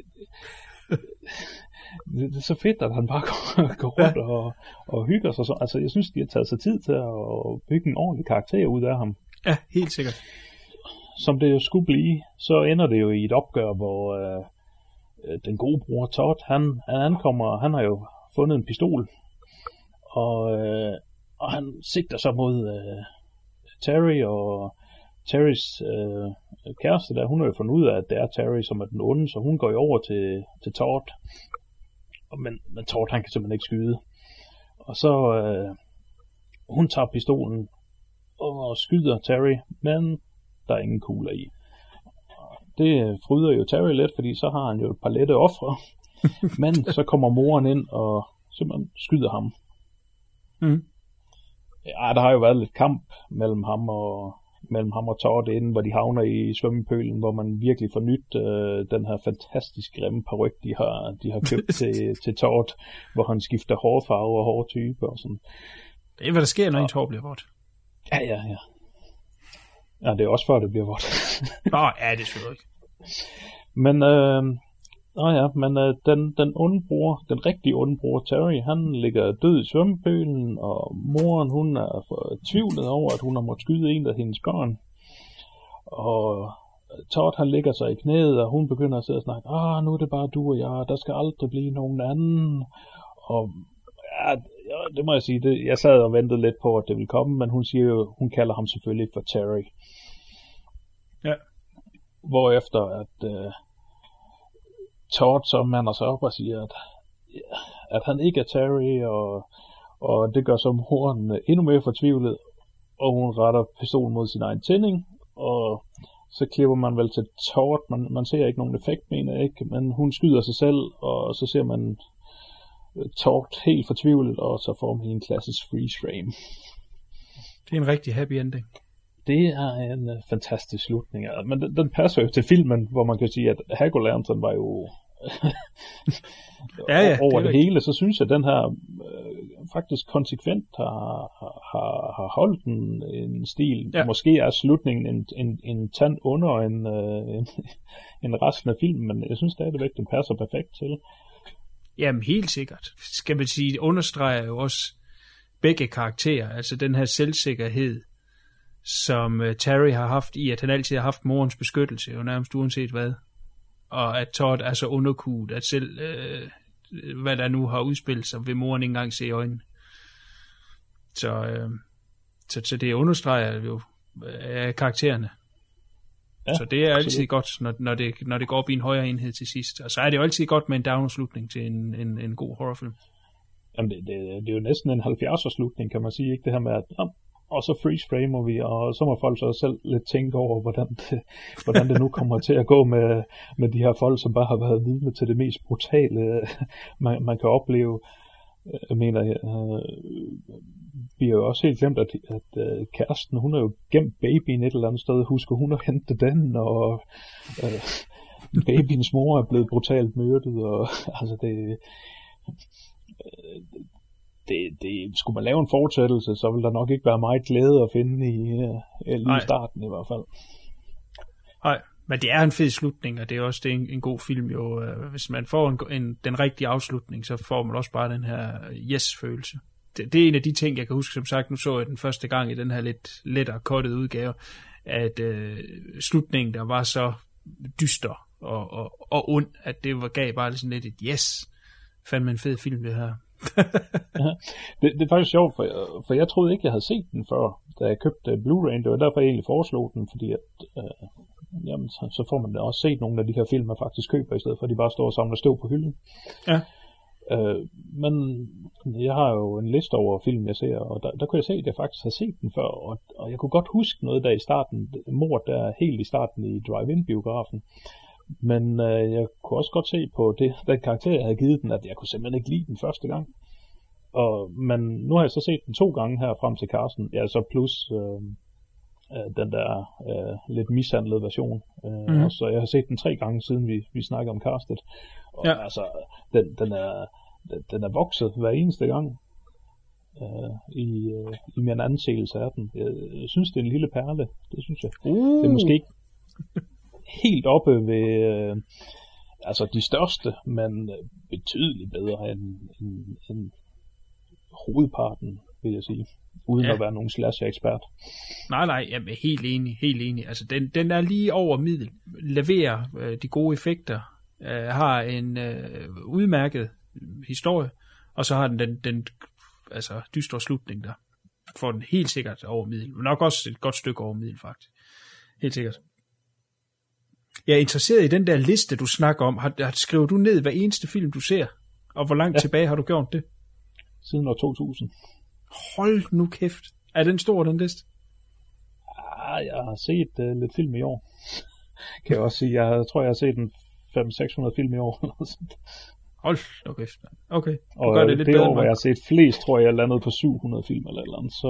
C: det er så fedt, at han bare går rundt og hygger sig. Altså, jeg synes, de har taget sig tid til at bygge en ordentlig karakter ud af ham.
B: Ja, helt sikkert.
C: Som det jo skulle blive, så ender det jo i et opgør, hvor den gode bror Todd, han ankommer, han har jo fundet en pistol, og han sigter så mod Terry, og Terrys kæreste der, hun har jo fundet ud af, at det er Terry, som er den onde, så hun går jo over til Todd, men Todd, han kan simpelthen ikke skyde. Og så hun tager pistolen og skyder Terry, men der er ingen kugler i. Det fryder jo Terry lidt, fordi så har han jo et par lette ofre. Men så kommer moren ind og simpelthen skyder ham. Mm. Ja, der har jo været lidt kamp mellem ham og Todd inden, hvor de havner i svømmepølen, hvor man virkelig får nyt den her fantastisk grimme paryk, de har købt til Todd, hvor han skifter hårfarve og hårtype og sådan.
B: Det er, hvad der sker, når ens hår bliver vådt.
C: Ja. Ja, det er også før, det bliver vådt.
B: Ja, det er selvfølgelig ikke.
C: Men, den onde bror, den rigtige onde bror, Terry, han ligger død i svømmepølen, og moren, hun er fortvivlet over, at hun har måttet skyde en af hendes børn. Og Todd, han ligger sig i knæet, og hun begynder at sidde og snakke, nu er det bare du og jeg, der skal aldrig blive nogen anden. Og ja, det må jeg sige, jeg sad og ventede lidt på, at det ville komme, men hun siger jo, hun kalder ham selvfølgelig for Terry.
B: Ja.
C: Hvorefter at Todd så mander sig op og siger, at han ikke er Terry, og det gør så moren endnu mere fortvivlet, og hun retter pistolen mod sin egen tænding, og så klipper man vel til Todd, man ser ikke nogen effekt, mener jeg ikke, men hun skyder sig selv, og så ser man Todd helt fortvivlet, og så får man en klassisk freeze frame.
B: Det er en rigtig happy ending.
C: Det er en fantastisk slutning, men den passer jo til filmen, hvor man kan sige, at Hack-O-Lantern var jo over det hele, så synes jeg, at den her faktisk konsekvent har holdt en stil. Ja. Måske er slutningen en tand under en resten af filmen, men jeg synes stadigvæk, den passer perfekt til.
B: Jamen helt sikkert. Skal man sige, det understreger jo også begge karakterer, altså den her selvsikkerhed, som Terry har haft i, at han altid har haft morens beskyttelse, jo nærmest uanset hvad. Og at Todd er så underkudt, at selv hvad der nu har udspillet sig, vil moren ikke engang se i øjnene. Så det understreger jo karaktererne. Ja, så det er altid godt, når det går op i en højere enhed til sidst. Og så er det jo altid godt med en downer-slutning til en god horrorfilm.
C: Jamen det er jo næsten en 70'er slutning, kan man sige, ikke? Det her med, at og så freeze framer vi, og så må folk så selv lidt tænke over, hvordan det nu kommer til at gå med de her folk, som bare har været vidne til det mest brutale, man kan opleve. Jeg mener, vi har jo også helt glemt, at kæresten, hun har jo gemt babyen et eller andet sted. Husker hun at hente den, og babyens mor er blevet brutalt myrdet, og altså det skulle man lave en fortsættelse, så vil der nok ikke være meget glæde at finde i starten i hvert fald.
B: Nej, men det er en fed slutning, og det er også en god film jo. Hvis man får den rigtige afslutning, så får man også bare den her yes-følelse. Det er en af de ting, jeg kan huske, som sagt, nu så jeg den første gang i den her lidt lettere cuttet udgave, at slutningen der var så dyster og ond, at det gav bare sådan lidt et yes. Fandme en fed film, det her.
C: Ja, det er faktisk sjovt, for jeg troede ikke, jeg havde set den før, da jeg købte Blu-ray. Det var derfor, jeg egentlig foreslog den, fordi at, jamen, så får man da også set nogle af de her film, man faktisk køber, i stedet for at de bare står og samler støv på hylden.
B: Ja.
C: Men jeg har jo en liste over film, jeg ser, og der kunne jeg se, at jeg faktisk har set den før, og jeg kunne godt huske noget der i starten, mord der helt i starten i Drive-In-biografen. Men jeg kunne også godt se på den karakter, jeg havde givet den, at jeg kunne simpelthen ikke lide den første gang. Men nu har jeg så set den 2 gange her frem til Carsten, ja, så plus den der lidt mishandlede version. Og så jeg har set den 3 gange, siden vi snakkede om Castet. Og altså, den er vokset hver eneste gang i min anseelse af den. Jeg synes, det er en lille perle. Det synes jeg. Det er måske ikke helt oppe ved altså de største, men betydeligt bedre end hovedparten, vil jeg sige, uden at være nogen slasher-ekspert.
B: Nej, jeg er helt enig. Altså, den er lige over middel, leverer de gode effekter, har en udmærket historie, og så har den altså dystre slutning der. Får den helt sikkert over middel, men nok også et godt stykke over middel, faktisk. Helt sikkert. Jeg er interesseret i den der liste, du snakker om. Skriver du ned hver eneste film, du ser? Og hvor langt tilbage har du gjort det?
C: Siden år 2000.
B: Hold nu kæft. Er den stor, den liste?
C: Jeg har set lidt film i år. Kan jeg også sige. Jeg tror, jeg har set en 500-600 film i år.
B: Hold nu kæft. Okay.
C: Og gør det lidt bedre, år, hvor jeg har set flest, tror jeg landet på 700 film eller et eller andet. Så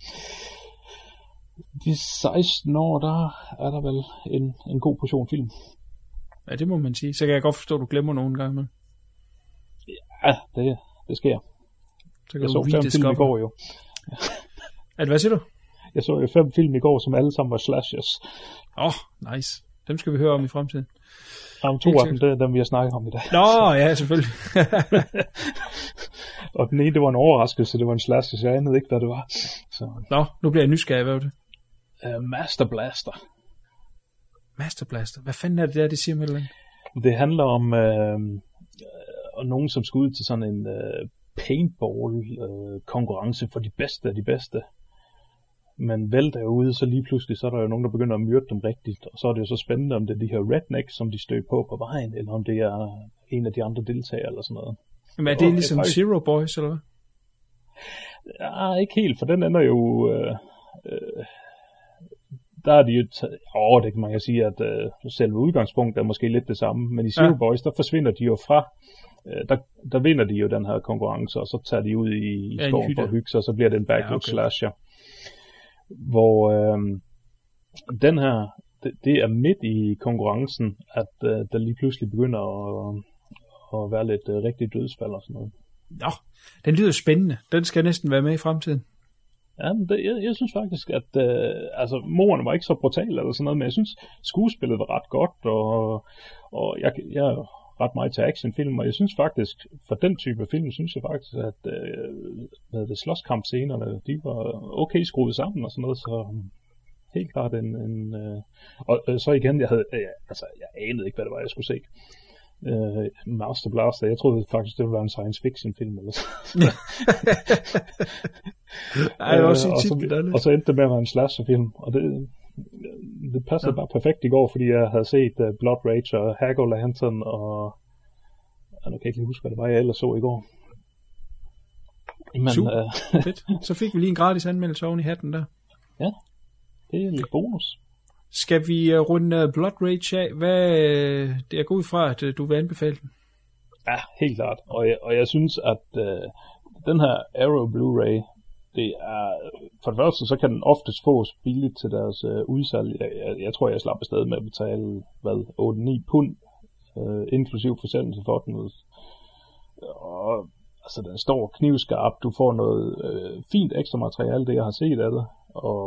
C: de 16 år, der er der vel en god portion film.
B: Ja, det må man sige. Så kan jeg godt forstå, at du glemmer nogle gange. Men...
C: Ja, det sker. Jeg så 5 film i går jo.
B: Hvad siger du?
C: Jeg så jo 5 film i går, som alle sammen var slashers.
B: Nice. Dem skal vi høre om i fremtiden.
C: Om 2 af dem, det er dem, vi har snakket om i dag.
B: Ja, selvfølgelig.
C: Og den ene, det var en overraskelse, det var en slasher, så jeg anede ikke, hvad det var. Så.
B: Nu bliver jeg nysgerrig, hvad var det?
C: Master Blaster.
B: Master Blaster? Hvad fanden er det der, det siger med det?
C: Det handler om nogen, som skal ud til sådan en paintball-konkurrence for de bedste af de bedste. Men vel derude, så lige pludselig, så er der jo nogen, der begynder at myrde dem rigtigt. Og så er det jo så spændende, om det er de her rednecks, som de støder på vejen, eller om det er en af de andre deltagere, eller sådan noget.
B: Men er det ligesom faktisk... Zero Boys, eller hvad?
C: Ja, ikke helt, for den ender jo... der er de jo... det kan man jo sige, at selve udgangspunktet er måske lidt det samme. Men i Zero Boys, der forsvinder de jo fra... Der vinder de jo den her konkurrence, og så tager de ud i skoven for at hygge sig, og så bliver det en backward slasher. Hvor den her, det er midt i konkurrencen, at der lige pludselig begynder at være lidt rigtig dødsfald og sådan noget.
B: Nå, den lyder spændende. Den skal næsten være med i fremtiden.
C: Ja, men jeg synes faktisk, at mordene var ikke så brutale eller sådan noget, men jeg synes, skuespillet var ret godt, og jeg ret meget til actionfilm, og jeg synes faktisk, for den type film, synes jeg faktisk, at det slåskampscenerne, de var okay skruet sammen og sådan noget, så helt klart og så igen, jeg anede ikke, hvad det var, jeg skulle se. Master Blaster, jeg troede faktisk, det ville være en science fiction film eller sådan. Og så endte det med at være en slasher-film, og det passede bare perfekt i går, fordi jeg havde set Blood Rage og Jack-O-Lantern, og jeg kan ikke lige huske, hvad det var, jeg ellers så i går. Men,
B: super, fedt. Så fik vi lige en gratis anmeldelse oven i hatten der.
C: Ja, det er lidt bonus.
B: Skal vi runde Blood Rage af? Det er godt fra, at du vil anbefale den.
C: Ja, helt klart. Og jeg synes, at den her Arrow Blu-ray, det er, for det første, så kan den oftest fås billigt til deres udsalg. Jeg tror, jeg slap afsted med at betale, 8-9 pund, inklusiv forsendelse for den. Og altså, den står knivskarp. Du får noget fint ekstra materiale, det jeg har set af det. Og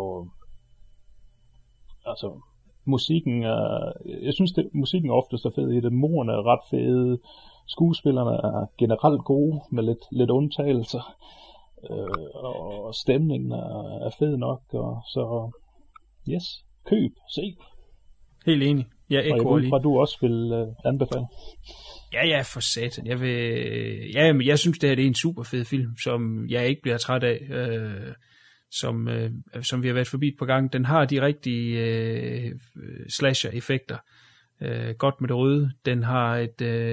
C: altså, musikken er, jeg synes, musikken oftest er fed i det. Morerne er ret fede. Skuespillerne er generelt gode, med lidt undtagelser. Og stemningen er fed nok. Og så, yes, køb, se.
B: Helt enig. Ja,
C: og jeg ved fra, du også vil anbefale.
B: Ja, for satan. Jeg synes, det her det er en super fed film, som jeg ikke bliver træt af. Som vi har været forbi på gang. Den har de rigtige slasher-effekter. Godt med det røde. Den har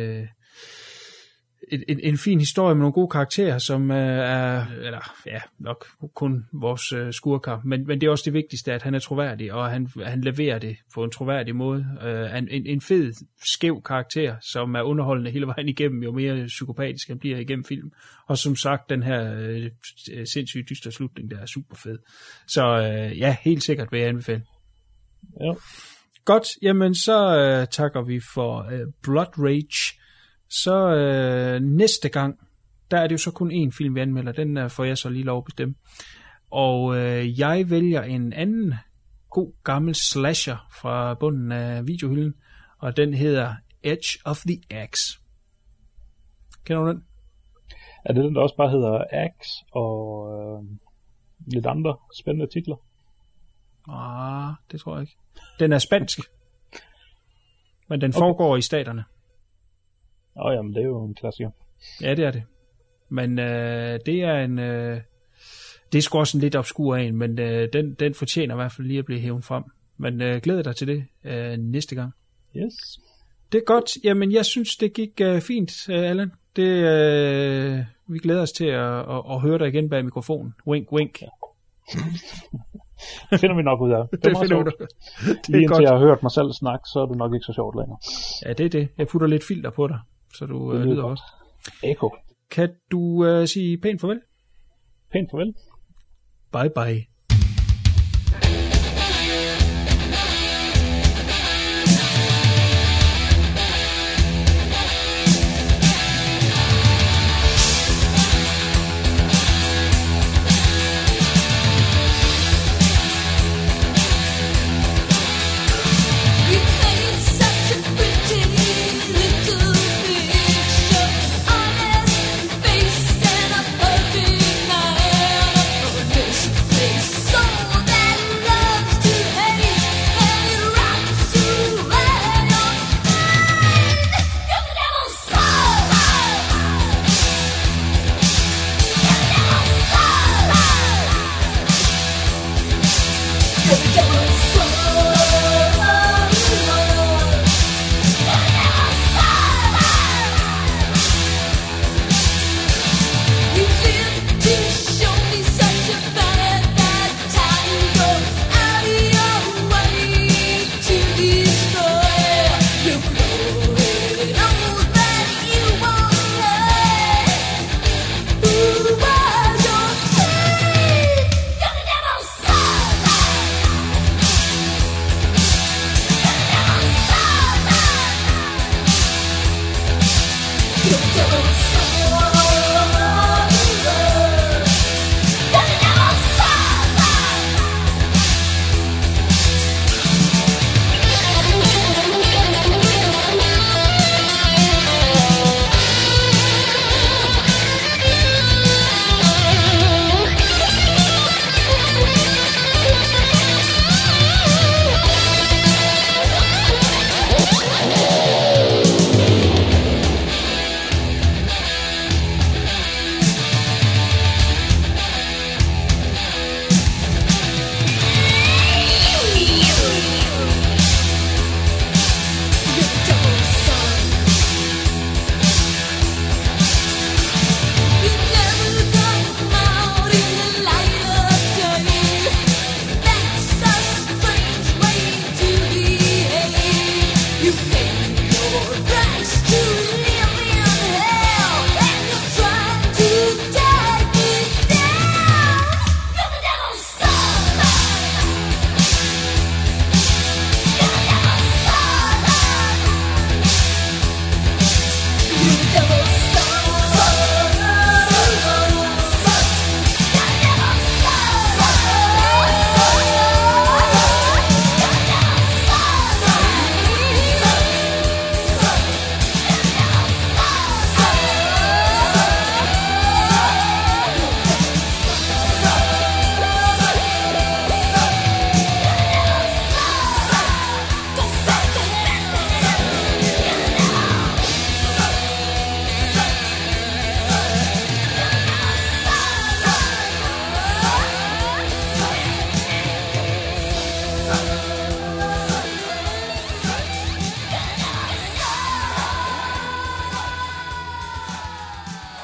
B: en fin historie med nogle gode karakterer, som nok kun vores skurker. Men det er også det vigtigste, at han er troværdig, og han leverer det på en troværdig måde. En fed, skæv karakter, som er underholdende hele vejen igennem, jo mere psykopatisk han bliver igennem film. Og som sagt, den her sindssygt dystre slutning, der er super fed. Så ja, helt sikkert vil jeg anbefale.
C: Ja.
B: Godt, jamen så takker vi for Blood Rage. Så næste gang, der er det jo så kun én film, vi anmelder. Den får jeg så lige lov at bestemme. Og jeg vælger en anden god gammel slasher fra bunden af videohylden. Og den hedder Edge of the Axe. Kender du den?
C: Er det den, der også bare hedder Axe og lidt andre spændende titler?
B: Det tror jeg ikke. Den er spansk. Men den foregår i staterne.
C: Jamen, det er jo en klassiker.
B: Ja, det er det. Men det er en... det er sgu også en lidt obskur en, men den fortjener i hvert fald lige at blive hævet frem. Men glæder dig til det næste gang.
C: Yes.
B: Det er godt. Jamen, jeg synes, det gik fint, Allan. Vi glæder os til at høre dig igen bag mikrofonen. Wink, wink. Ja.
C: Det finder vi nok ud af.
B: Det finder du.
C: Lige indtil jeg har hørt mig selv snakke, så er det nok ikke så sjovt længere.
B: Ja, det er det. Jeg putter lidt filter på dig, så du lyder godt.
C: Eko.
B: Kan du sige pænt farvel?
C: Pænt farvel.
B: Bye bye.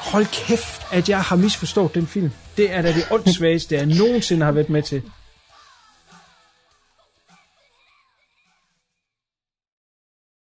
B: Hold kæft, at jeg har misforstået den film. Det er da det åndssvageste, jeg nogensinde har været med til.